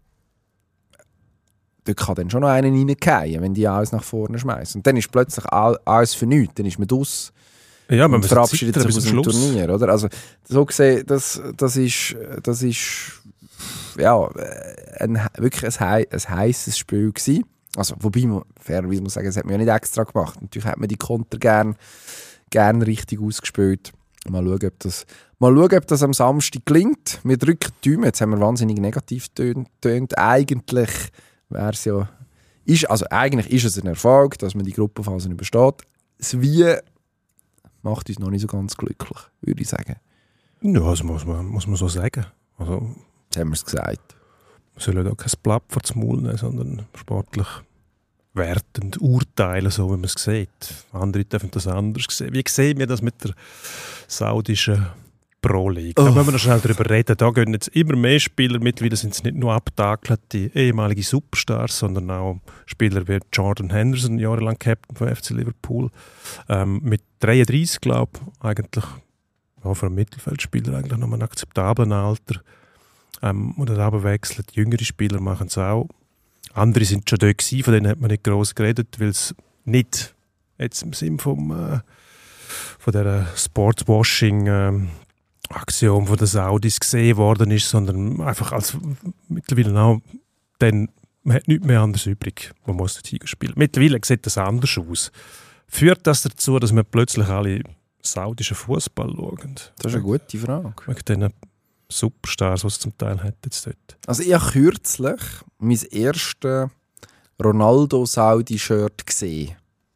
D: dort kann dann schon noch einen reingehen, wenn die alles nach vorne schmeißen. Und dann ist plötzlich alles für nichts, dann ist man draus.
C: Ja, man
D: und verabschiedet sich aus dem
C: Schluss.
D: Turnier, oder? Also so gesehen, das, das ist, das ist ja, ein, wirklich ein, hei- ein heisses Spiel gewesen. Also, wobei man fairerweise muss sagen, das hat man ja nicht extra gemacht. Natürlich hat man die Konter gern, gern richtig ausgespielt. Mal schauen, ob das, mal schauen, ob das am Samstag gelingt. Wir drücken die Daumen. Jetzt haben wir wahnsinnig negativ getönt. Eigentlich wäre es ja, ist, also eigentlich ist es ein Erfolg, dass man die Gruppenphase übersteht. Das Wie macht uns noch nicht so ganz glücklich, würde ich sagen.
C: Ja, das muss man, muss man so sagen. Also,
D: Jetzt haben wir es gesagt.
C: wir sollen auch kein Blatt vor den Maul nehmen, sondern sportlich wertend urteilen, so wie man es sieht. Andere dürfen das anders sehen. Wie sehen wir das mit der saudischen Pro-League? Da
D: Oh.
C: müssen wir noch schnell darüber reden. Da gehen jetzt immer mehr Spieler mit, weil das sind nicht nur abgetakelte ehemalige Superstars, sondern auch Spieler wie Jordan Henderson, jahrelang Captain von F C Liverpool. Ähm, mit dreiunddreißig, glaube ich, eigentlich ja, für einen Mittelfeldspieler eigentlich noch ein akzeptablen Alter. Ähm, oder aber wechseln. Jüngere Spieler machen es auch. Andere sind schon dort gewesen, von denen hat man nicht gross geredet, weil es nicht jetzt im Sinn vom, äh, von dieser Sportswashing ähm, Aktion von den Saudis gesehen worden ist, sondern einfach als mittlerweile auch, dann, man hat nichts mehr anderes übrig, man muss den Tiger spielen. Mittlerweile sieht das anders aus. Führt das dazu, dass man plötzlich alle saudischen Fußball schauen?
D: Das ist eine gute Frage.
C: Wegen diesen Superstars, die es zum Teil hat jetzt dort.
D: Also ich habe kürzlich mein erstes Ronaldo-Saudi-Shirt gesehen.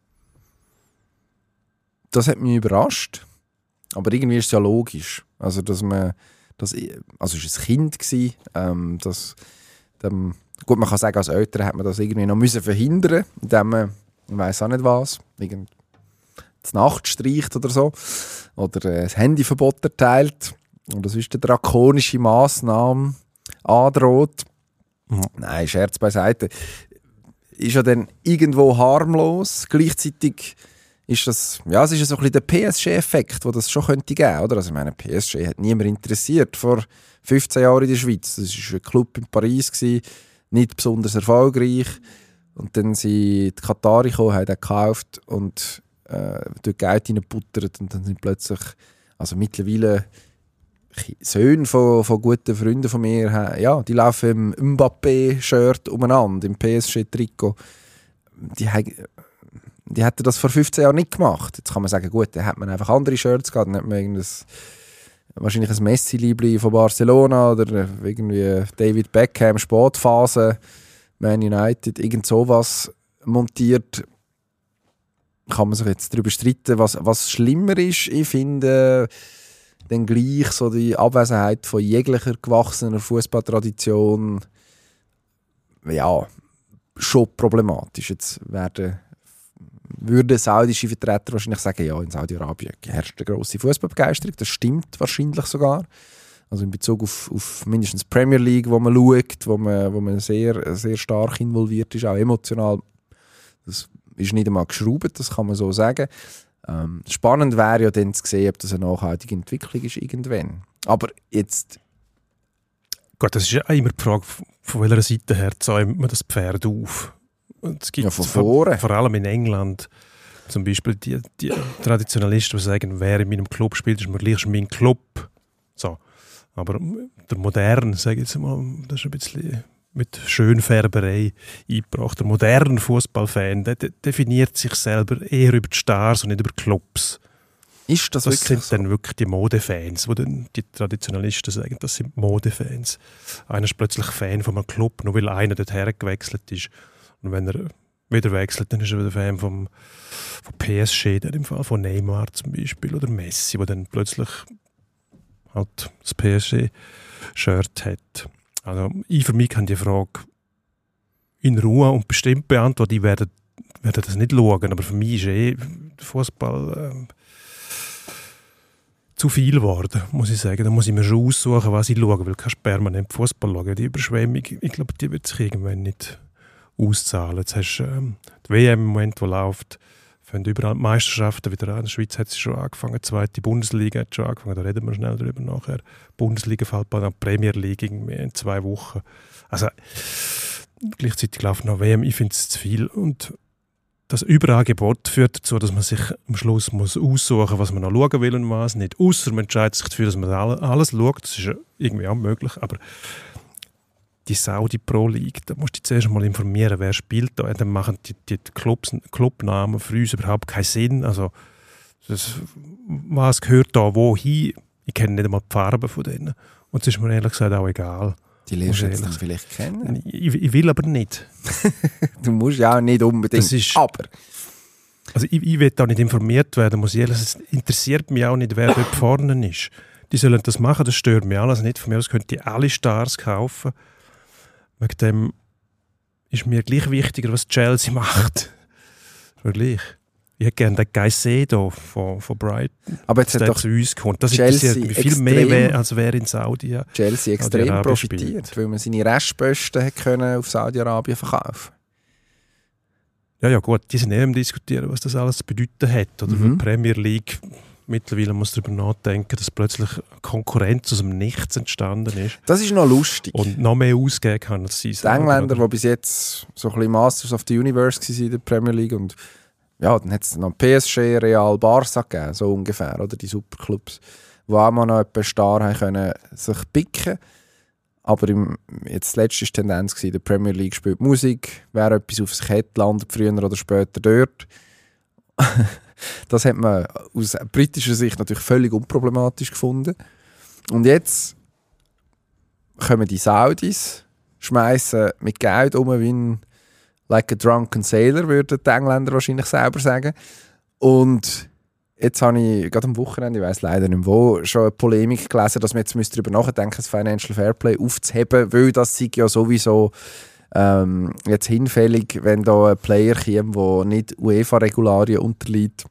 D: Das hat mich überrascht. Aber irgendwie ist es ja logisch. Also, dass man, das, also es war ein Kind, gewesen, ähm, das, dem Gut, man kann sagen, als Eltern hat man das irgendwie noch müssen verhindern, indem man, ich weiss auch nicht was, irgend die Nacht streicht oder so, oder äh, das Handyverbot erteilt, und das ist eine drakonische Massnahme androht. Mhm. Nein, Scherz beiseite. Ist ja dann irgendwo harmlos. Gleichzeitig ist das, ja, es ist so ein bisschen der P S G-Effekt, den das schon könnte geben, oder? Also ich meine, P S G hat niemand interessiert vor fünfzehn Jahren in der Schweiz. Das war ein Club in Paris gewesen, nicht besonders erfolgreich. Und dann sind die Katari gekommen, haben den gekauft und äh, dort Geld reingebuttert, und dann sind plötzlich, also mittlerweile Söhne von, von guten Freunden von mir, ja, die laufen im Mbappé-Shirt umeinander, im P S G-Trikot. Die, die hätten das vor fünfzehn Jahren nicht gemacht. Jetzt kann man sagen, gut, dann hat man einfach andere Shirts gehabt, dann hat man irgendein, wahrscheinlich ein Messi-Liebling von Barcelona oder irgendwie David Beckham, Sportphase, Man United, irgend sowas montiert. Kann man sich jetzt darüber streiten, was, was schlimmer ist. Ich finde dann gleich so die Abwesenheit von jeglicher gewachsener Fußballtradition, ja, schon problematisch. Jetzt werden, würden saudische Vertreter wahrscheinlich sagen, ja, in Saudi-Arabien herrscht eine grosse Fußballbegeisterung. Das stimmt wahrscheinlich sogar. Also in Bezug auf, auf mindestens die Premier League, wo man schaut, wo man, wo man sehr, sehr stark involviert ist, auch emotional. Das ist nicht einmal geschraubt, das kann man so sagen. Ähm, spannend wäre ja dann zu sehen, ob das eine nachhaltige Entwicklung ist irgendwann. Aber jetzt...
C: Gut, das ist ja immer die Frage, von welcher Seite her zäumt man das Pferd auf. Und es gibt
D: ja, von vorne.
C: Vor allem in England zum Beispiel die, die Traditionalisten, die sagen, wer in meinem Club spielt, ist mir gleich mein Club. So. Aber der moderne, sage ich jetzt mal, das ist ein bisschen mit Schönfärberei eingebracht. Der moderne Fußballfan, der de- definiert sich selber eher über die Stars und nicht über Clubs.
D: Ist das,
C: das
D: wirklich
C: sind
D: so?
C: dann wirklich die Modefans, wo dann die Traditionalisten sagen, das sind Modefans. Einer ist plötzlich Fan von einem Club, nur weil einer dorthin gewechselt ist. Und wenn er wieder wechselt, dann ist er wieder Fan vom, vom P S G, der im Fall von Neymar zum Beispiel, oder Messi, der dann plötzlich halt das P S G-Shirt hat. Also ich für mich kann die Frage in Ruhe und bestimmt beantworten. Ich werde, werde das nicht schauen, aber für mich ist eh Fußball äh, zu viel geworden, muss ich sagen. Da muss ich mir schon aussuchen, was ich schaue, weil kannst permanent Fußball schauen. Die Überschwemmung, ich glaube, die wird sich irgendwann nicht auszahlen. Jetzt hast du ähm, die W M im Moment, die läuft, fangen überall die Meisterschaften wieder an. In der Schweiz hat es schon angefangen, die zweite Bundesliga hat schon angefangen, da reden wir schnell drüber nachher. Die Bundesliga fällt bald an, die Premier League irgendwie in zwei Wochen. Also gleichzeitig läuft noch W M, ich finde es zu viel. Und das Überangebot führt dazu, dass man sich am Schluss muss aussuchen muss, was man noch schauen will und was nicht. Ausser man entscheidet sich dafür, dass man alles schaut, das ist ja irgendwie auch möglich, aber die Saudi Pro League, da musst du dich zuerst mal informieren, wer spielt da. Dann machen die, die Clubs, Clubnamen für uns überhaupt keinen Sinn. Also, das, was gehört da wohin? Ich kenne nicht einmal die Farben von denen. Und es ist mir ehrlich gesagt auch egal.
D: Die lernst du jetzt dann vielleicht kennen.
C: Ich, ich will aber nicht.
D: Du musst ja auch nicht unbedingt.
C: Das ist,
D: aber.
C: Also ich, ich will da nicht informiert werden, muss ich ehrlich sagen. Es interessiert mich auch nicht, wer dort vorne ist. Die sollen das machen, das stört mich alles nicht. Von mir aus könnte ich alle Stars kaufen. Wegen dem ist mir gleich wichtiger, was Chelsea macht. Wirklich. Ich hätte gerne den Caicedo von, von Brighton.
D: Aber jetzt hat doch
C: zu uns gekommen. Das
D: Chelsea
C: interessiert mich viel mehr, wär, als wer in Saudi. Ja,
D: Chelsea extrem
C: Saudi
D: profitiert,
C: spielt.
D: weil man seine Restposten hat können auf Saudi-Arabien verkaufen.
C: Ja, ja, gut. Die sind eh am Diskutieren, was das alles zu bedeuten hat. Oder
D: Mhm.
C: die Premier League. Mittlerweile muss darüber nachdenken, dass plötzlich Konkurrenz aus dem Nichts entstanden ist.
D: Das ist noch lustig.
C: Und noch mehr ausgeben kann als sie.
D: Die Engländer, die bis jetzt so ein bisschen Masters of the Universe waren in der Premier League, und ja, dann hat es noch P S G, Real, Barca gegeben, so ungefähr, oder die Superclubs, die auch mal noch etwas Star haben können, sich picken. Aber im, jetzt die letzte Tendenz war, in der Premier League spielt Musik, wer etwas auf sich hat, landet früher oder später dort. Das hat man aus britischer Sicht natürlich völlig unproblematisch gefunden. Und jetzt kommen die Saudis, schmeißen mit Geld um wie ein like a drunken sailor, würden die Engländer wahrscheinlich selber sagen. Und jetzt habe ich gerade am Wochenende, ich weiss leider nicht mehr wo, schon eine Polemik gelesen, dass man jetzt darüber nachdenken müsste, das Financial Fairplay aufzuheben, weil das sei ja sowieso ähm, jetzt hinfällig, wenn da ein Player kommt, der nicht UEFA-Regularien unterliegt.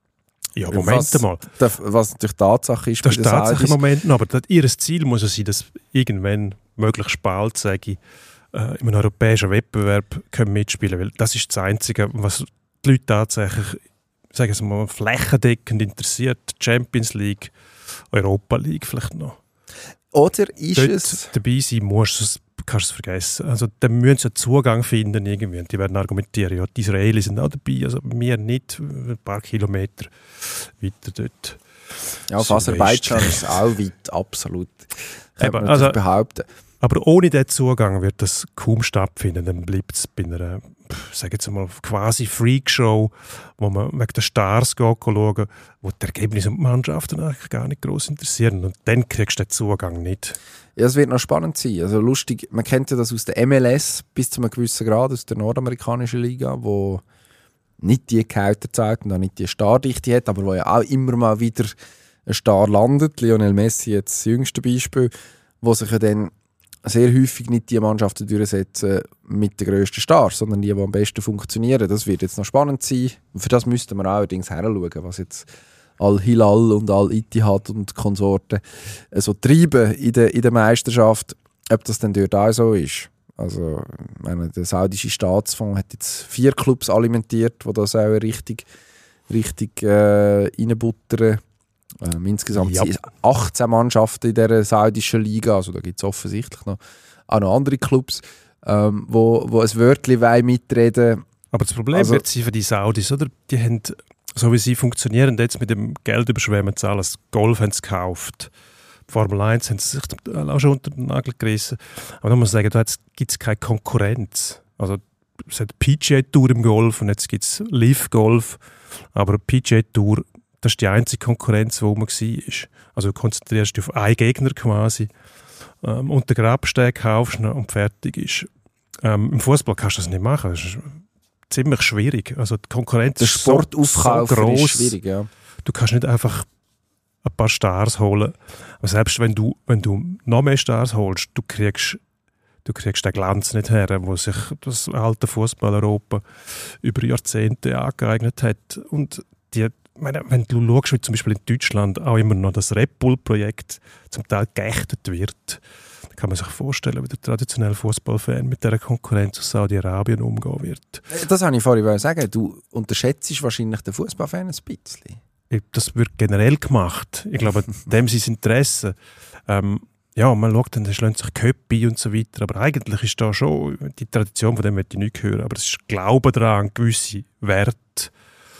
C: Ja, Moment
D: was,
C: mal.
D: Das, was natürlich Tatsache ist.
C: Das
D: bei
C: ist
D: den
C: Tatsache im
D: Saudis.
C: Moment noch, aber das, ihr Ziel muss ja sein, dass irgendwann möglichst bald, sage ich, äh, in einem europäischen Wettbewerb können mitspielen, weil das ist das Einzige, was die Leute tatsächlich, sagen wir mal, flächendeckend interessiert. Champions League, Europa League vielleicht noch.
D: Oder ist
C: Dort
D: es...
C: dabei sein musst, sonst kannst du es vergessen. Also dann müssen sie einen Zugang finden irgendwie und die werden argumentieren, ja, die Israelis sind auch dabei, also wir nicht, ein paar Kilometer weiter dort.
D: Ja, auf Aserbaidschan ist auch weit, absolut. Kann
C: Eben,
D: man
C: also-
D: natürlich behaupten.
C: Aber ohne diesen Zugang wird das kaum stattfinden. Dann bleibt es bei einer, sage jetzt mal, quasi Freakshow, wo man wegen der Stars geht, schauen, wo die Ergebnisse und die Mannschaften eigentlich gar nicht gross interessieren. Und dann kriegst du den Zugang nicht.
D: Ja, es wird noch spannend sein. Also lustig, man kennt ja das aus der M L S bis zu einem gewissen Grad, aus der nordamerikanischen Liga, wo nicht die Gehälter zeigt und auch nicht die Stardichte hat, aber wo ja auch immer mal wieder ein Star landet. Lionel Messi jetzt das jüngste Beispiel, wo sich ja dann sehr häufig nicht die Mannschaften durchsetzen mit den grössten Stars, sondern die, die am besten funktionieren. Das wird jetzt noch spannend sein. Für das müssten wir allerdings heranschauen, was jetzt Al-Hilal und Al-Ittihad und Konsorten so treiben in der, in der Meisterschaft, ob das dann dort auch so ist. Also, ich meine, der saudische Staatsfonds hat jetzt vier Clubs alimentiert, die das auch richtig, richtig äh, reinbuttern. Ähm, insgesamt
C: Ja.
D: sind achtzehn Mannschaften in dieser saudischen Liga, also da gibt es offensichtlich noch, auch noch andere Clubs, ähm, wo, wo ein Wörtchen mitreden.
C: Aber das Problem
D: Also-
C: wird sein für die Saudis, oder? Die haben, so wie sie funktionieren, jetzt mit dem Geld überschwemmen sie alles. Golf haben sie gekauft. Formel eins haben sie sich auch schon unter den Nagel gerissen. Aber da muss ich sagen, da gibt es keine Konkurrenz. Also es hat P G A-Tour im Golf und jetzt gibt es Live Golf. Aber P G A-Tour, das ist die einzige Konkurrenz, die man war. Also du konzentrierst dich auf einen Gegner quasi ähm, und den Grabstein kaufst und fertig ist. Ähm, Im Fußball kannst du das nicht machen. Das ist ziemlich schwierig. Also die Konkurrenz
D: Der
C: ist so, so
D: Sportaufkauf
C: gross.
D: ist schwierig, ja.
C: Du kannst nicht einfach ein paar Stars holen. Aber selbst wenn du, wenn du noch mehr Stars holst, du kriegst, du kriegst den Glanz nicht her, wo sich das alte Fußball-Europa über Jahrzehnte angeeignet hat. Und die, meine, wenn du schaust, wie zum Beispiel in Deutschland auch immer noch das Red Bull-Projekt zum Teil geächtet wird, dann kann man sich vorstellen, wie der traditionelle Fußballfan mit dieser Konkurrenz aus Saudi-Arabien umgehen wird.
D: Das wollte ich vorhin sagen. Du unterschätzt wahrscheinlich den Fußballfan ein bisschen.
C: Das wird generell gemacht. Ich glaube, dem sein Interesse. Ähm, ja, man schaut dann, da schlönt sich Köppi und so weiter. Aber eigentlich ist da schon, die Tradition von dem möchte ich nicht hören, aber es ist Glaube daran, gewisse Werte.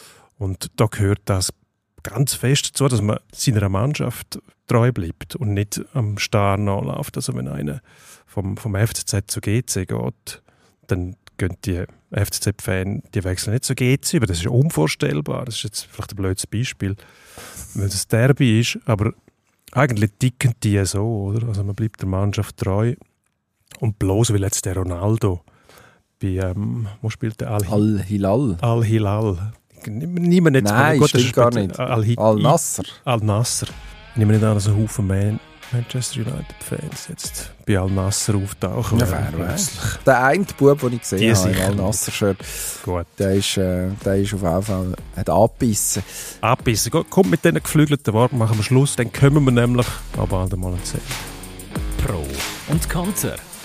C: Und da gehört das ganz fest dazu, dass man seiner Mannschaft treu bleibt und nicht am Star nachläuft. Also wenn einer vom, vom F C Z zu G C geht, dann gehen die F C Z-Fans, die wechseln nicht zu G C über. Das ist unvorstellbar. Das ist jetzt vielleicht ein blödes Beispiel, weil das Derby ist, aber eigentlich ticken die so, oder? Also man bleibt der Mannschaft treu und bloß weil jetzt der Ronaldo bei, ähm, wo spielt der? Al-Hilal.
D: Al-Hilal.
C: Al-Hilal. Niemand nicht
D: Nein,
C: gut,
D: stimmt gar nicht.
C: Al-Hilal.
D: Al-Nasser.
C: Al-Nasser. Ich nehme nicht an, dass ein Haufen Man- Manchester United-Fans jetzt bei Al-Nasser auftauchen.
D: Ja,
C: werden
D: fair,
C: plötzlich.
D: Der eine Bub, den ich gesehen
C: Die
D: habe, im
C: sicher
D: Al-Nasser-Shirt,
C: Gut.
D: der ist, äh, der ist auf jeden Fall hat angebissen.
C: Abbissen. Gut, kommt mit diesen geflügelten Worten, machen wir Schluss. Dann kommen wir nämlich aber bald einmal erzählen.
A: Pro und Konter.